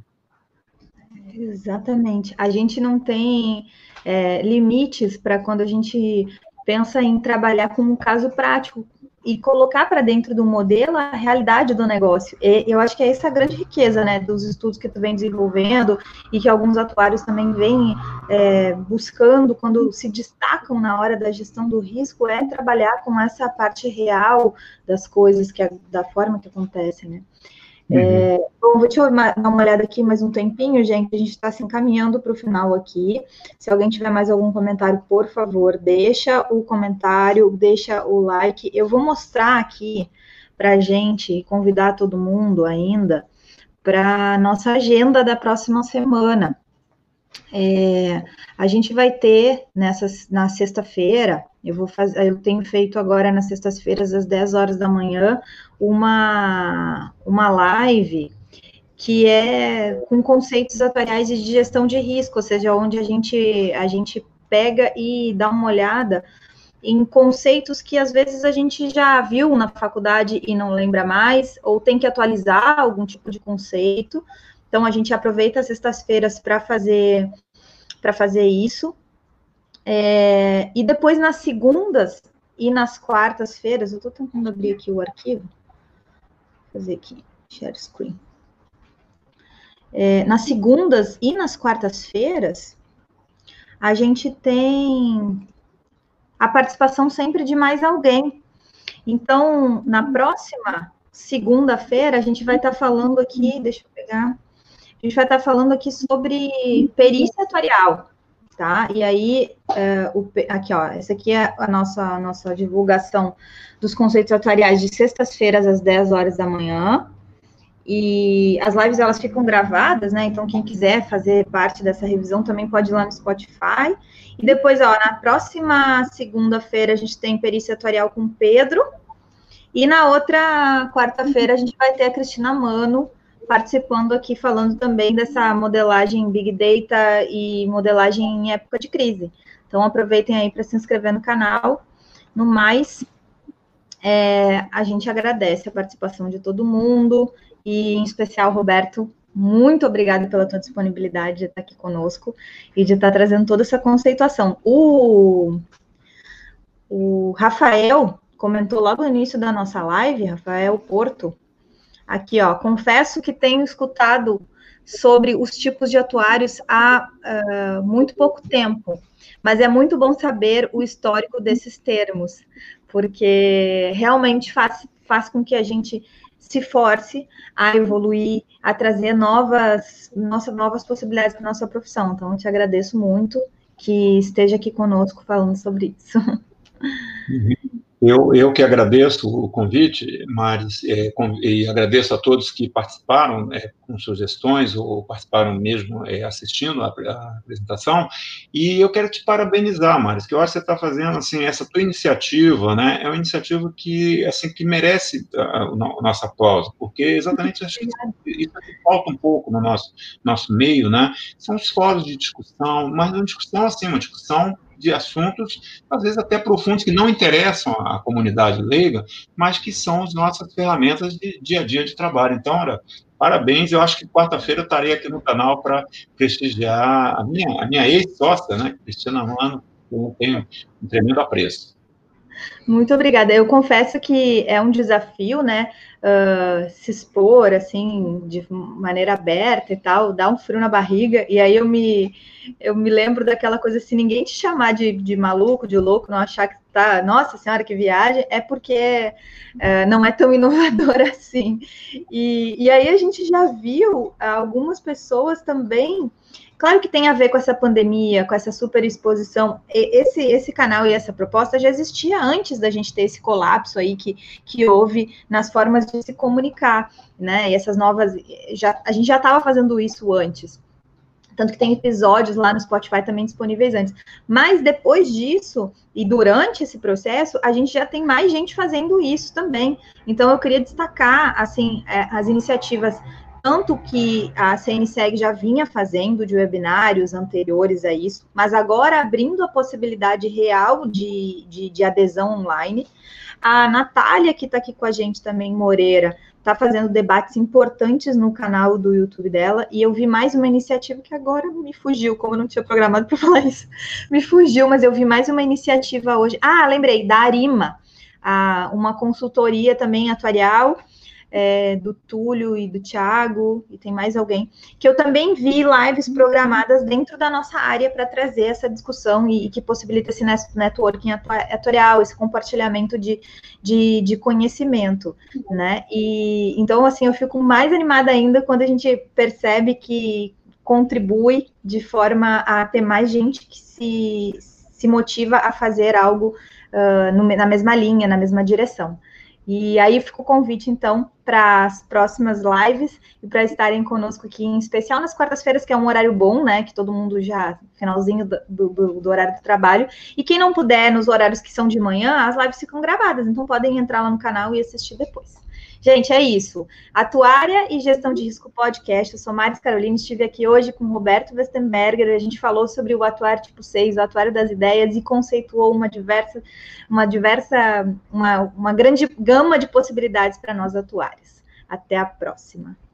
Speaker 1: Exatamente. A gente não tem limites para quando a gente pensa em trabalhar com um caso prático e colocar para dentro do modelo a realidade do negócio. E eu acho que é essa a grande riqueza, né, dos estudos que tu vem desenvolvendo e que alguns atuários também vêm buscando quando se destacam na hora da gestão do risco, é trabalhar com essa parte real das coisas, da forma que acontecem, né. Bom, deixa eu dar uma olhada aqui mais um tempinho, gente. A gente está se encaminhando para o final aqui. Se alguém tiver mais algum comentário, por favor, deixa o comentário, deixa o like. Eu vou mostrar aqui para a gente convidar todo mundo ainda para a nossa agenda da próxima semana. A gente vai ter na sexta-feira, Eu tenho feito agora nas sextas-feiras, às 10 horas da manhã, uma live que é com conceitos atuariais de gestão de risco, ou seja, onde a gente pega e dá uma olhada em conceitos que às vezes a gente já viu na faculdade e não lembra mais, ou tem que atualizar algum tipo de conceito. Então, a gente aproveita as sextas-feiras para fazer isso. E depois, nas segundas e nas quartas-feiras, eu estou tentando abrir aqui o arquivo. Vou fazer aqui, share screen. Nas segundas e nas quartas-feiras, a gente tem a participação sempre de mais alguém. Então, na próxima segunda-feira, a gente vai estar falando aqui, deixa eu pegar, a gente vai estar falando aqui sobre perícia atuarial, tá? E aí, aqui, ó, essa aqui é a nossa divulgação dos conceitos atuariais de sextas-feiras, às 10 horas da manhã. E as lives, elas ficam gravadas, né? Então, quem quiser fazer parte dessa revisão também pode ir lá no Spotify. E depois, ó, na próxima segunda-feira, a gente tem perícia atuarial com o Pedro. E na outra quarta-feira, a gente vai ter a Cristina Mano participando aqui, falando também dessa modelagem Big Data e modelagem em época de crise. Então, aproveitem aí para se inscrever no canal. No mais, a gente agradece a participação de todo mundo. E, em especial, Roberto, muito obrigada pela tua disponibilidade de estar aqui conosco e de estar trazendo toda essa conceituação. O Rafael comentou logo no início da nossa live, Rafael Porto, aqui, ó, confesso que tenho escutado sobre os tipos de atuários há muito pouco tempo, mas é muito bom saber o histórico desses termos, porque realmente faz com que a gente se force a evoluir, a trazer novas possibilidades para a nossa profissão. Então, eu te agradeço muito que esteja aqui conosco falando sobre isso.
Speaker 2: Eu que agradeço o convite, Maris, e agradeço a todos que participaram com sugestões ou participaram mesmo assistindo a apresentação, e eu quero te parabenizar, Maris, que eu acho que você está fazendo, assim, essa tua iniciativa, né, é uma iniciativa que, assim, que merece o nosso aplauso, porque exatamente acho que isso falta um pouco no nosso meio, né, são os fóruns de discussão, mas uma discussão, assim, uma discussão de assuntos, às vezes até profundos, que não interessam à comunidade leiga, mas que são as nossas ferramentas de dia a dia de trabalho. Então, olha, parabéns, eu acho que quarta-feira eu estarei aqui no canal para prestigiar a minha ex-sócia, né, Cristina Mano, que eu tenho um tremendo apreço.
Speaker 1: Muito obrigada. Eu confesso que é um desafio, né, se expor, assim, de maneira aberta e tal, dá um frio na barriga, e aí eu me lembro daquela coisa, se ninguém te chamar de maluco, de louco, não achar que tá, nossa senhora, que viagem, é porque não é tão inovador assim. E aí a gente já viu algumas pessoas também. Claro que tem a ver com essa pandemia, com essa superexposição. Esse canal e essa proposta já existia antes da gente ter esse colapso aí que houve nas formas de se comunicar, né? E essas novas... a gente já estava fazendo isso antes. Tanto que tem episódios lá no Spotify também disponíveis antes. Mas depois disso, e durante esse processo, a gente já tem mais gente fazendo isso também. Então, eu queria destacar, assim, as iniciativas tanto que a CNSEG já vinha fazendo de webinários anteriores a isso, mas agora abrindo a possibilidade real de adesão online. A Natália, que está aqui com a gente também, Moreira, está fazendo debates importantes no canal do YouTube dela, e eu vi mais uma iniciativa que agora me fugiu, como eu não tinha programado para falar isso, me fugiu, mas eu vi mais uma iniciativa hoje. Ah, lembrei, da Arima, uma consultoria também atuarial, do Túlio e do Thiago, e tem mais alguém, que eu também vi lives programadas dentro da nossa área para trazer essa discussão e que possibilita esse networking atuarial, esse compartilhamento de conhecimento, né? E então, assim, eu fico mais animada ainda quando a gente percebe que contribui de forma a ter mais gente que se motiva a fazer algo na mesma linha, na mesma direção. E aí fica o convite, então, para as próximas lives e para estarem conosco aqui, em especial nas quartas-feiras, que é um horário bom, né? Que todo mundo já finalzinho do horário do trabalho. E quem não puder, nos horários que são de manhã, as lives ficam gravadas, então podem entrar lá no canal e assistir depois. Gente, é isso. Atuária e Gestão de Risco Podcast. Eu sou Maris Carolina, estive aqui hoje com o Roberto Westenberger. A gente falou sobre o atuário tipo 6, o atuário das ideias, e conceituou uma grande gama de possibilidades para nós atuários. Até a próxima.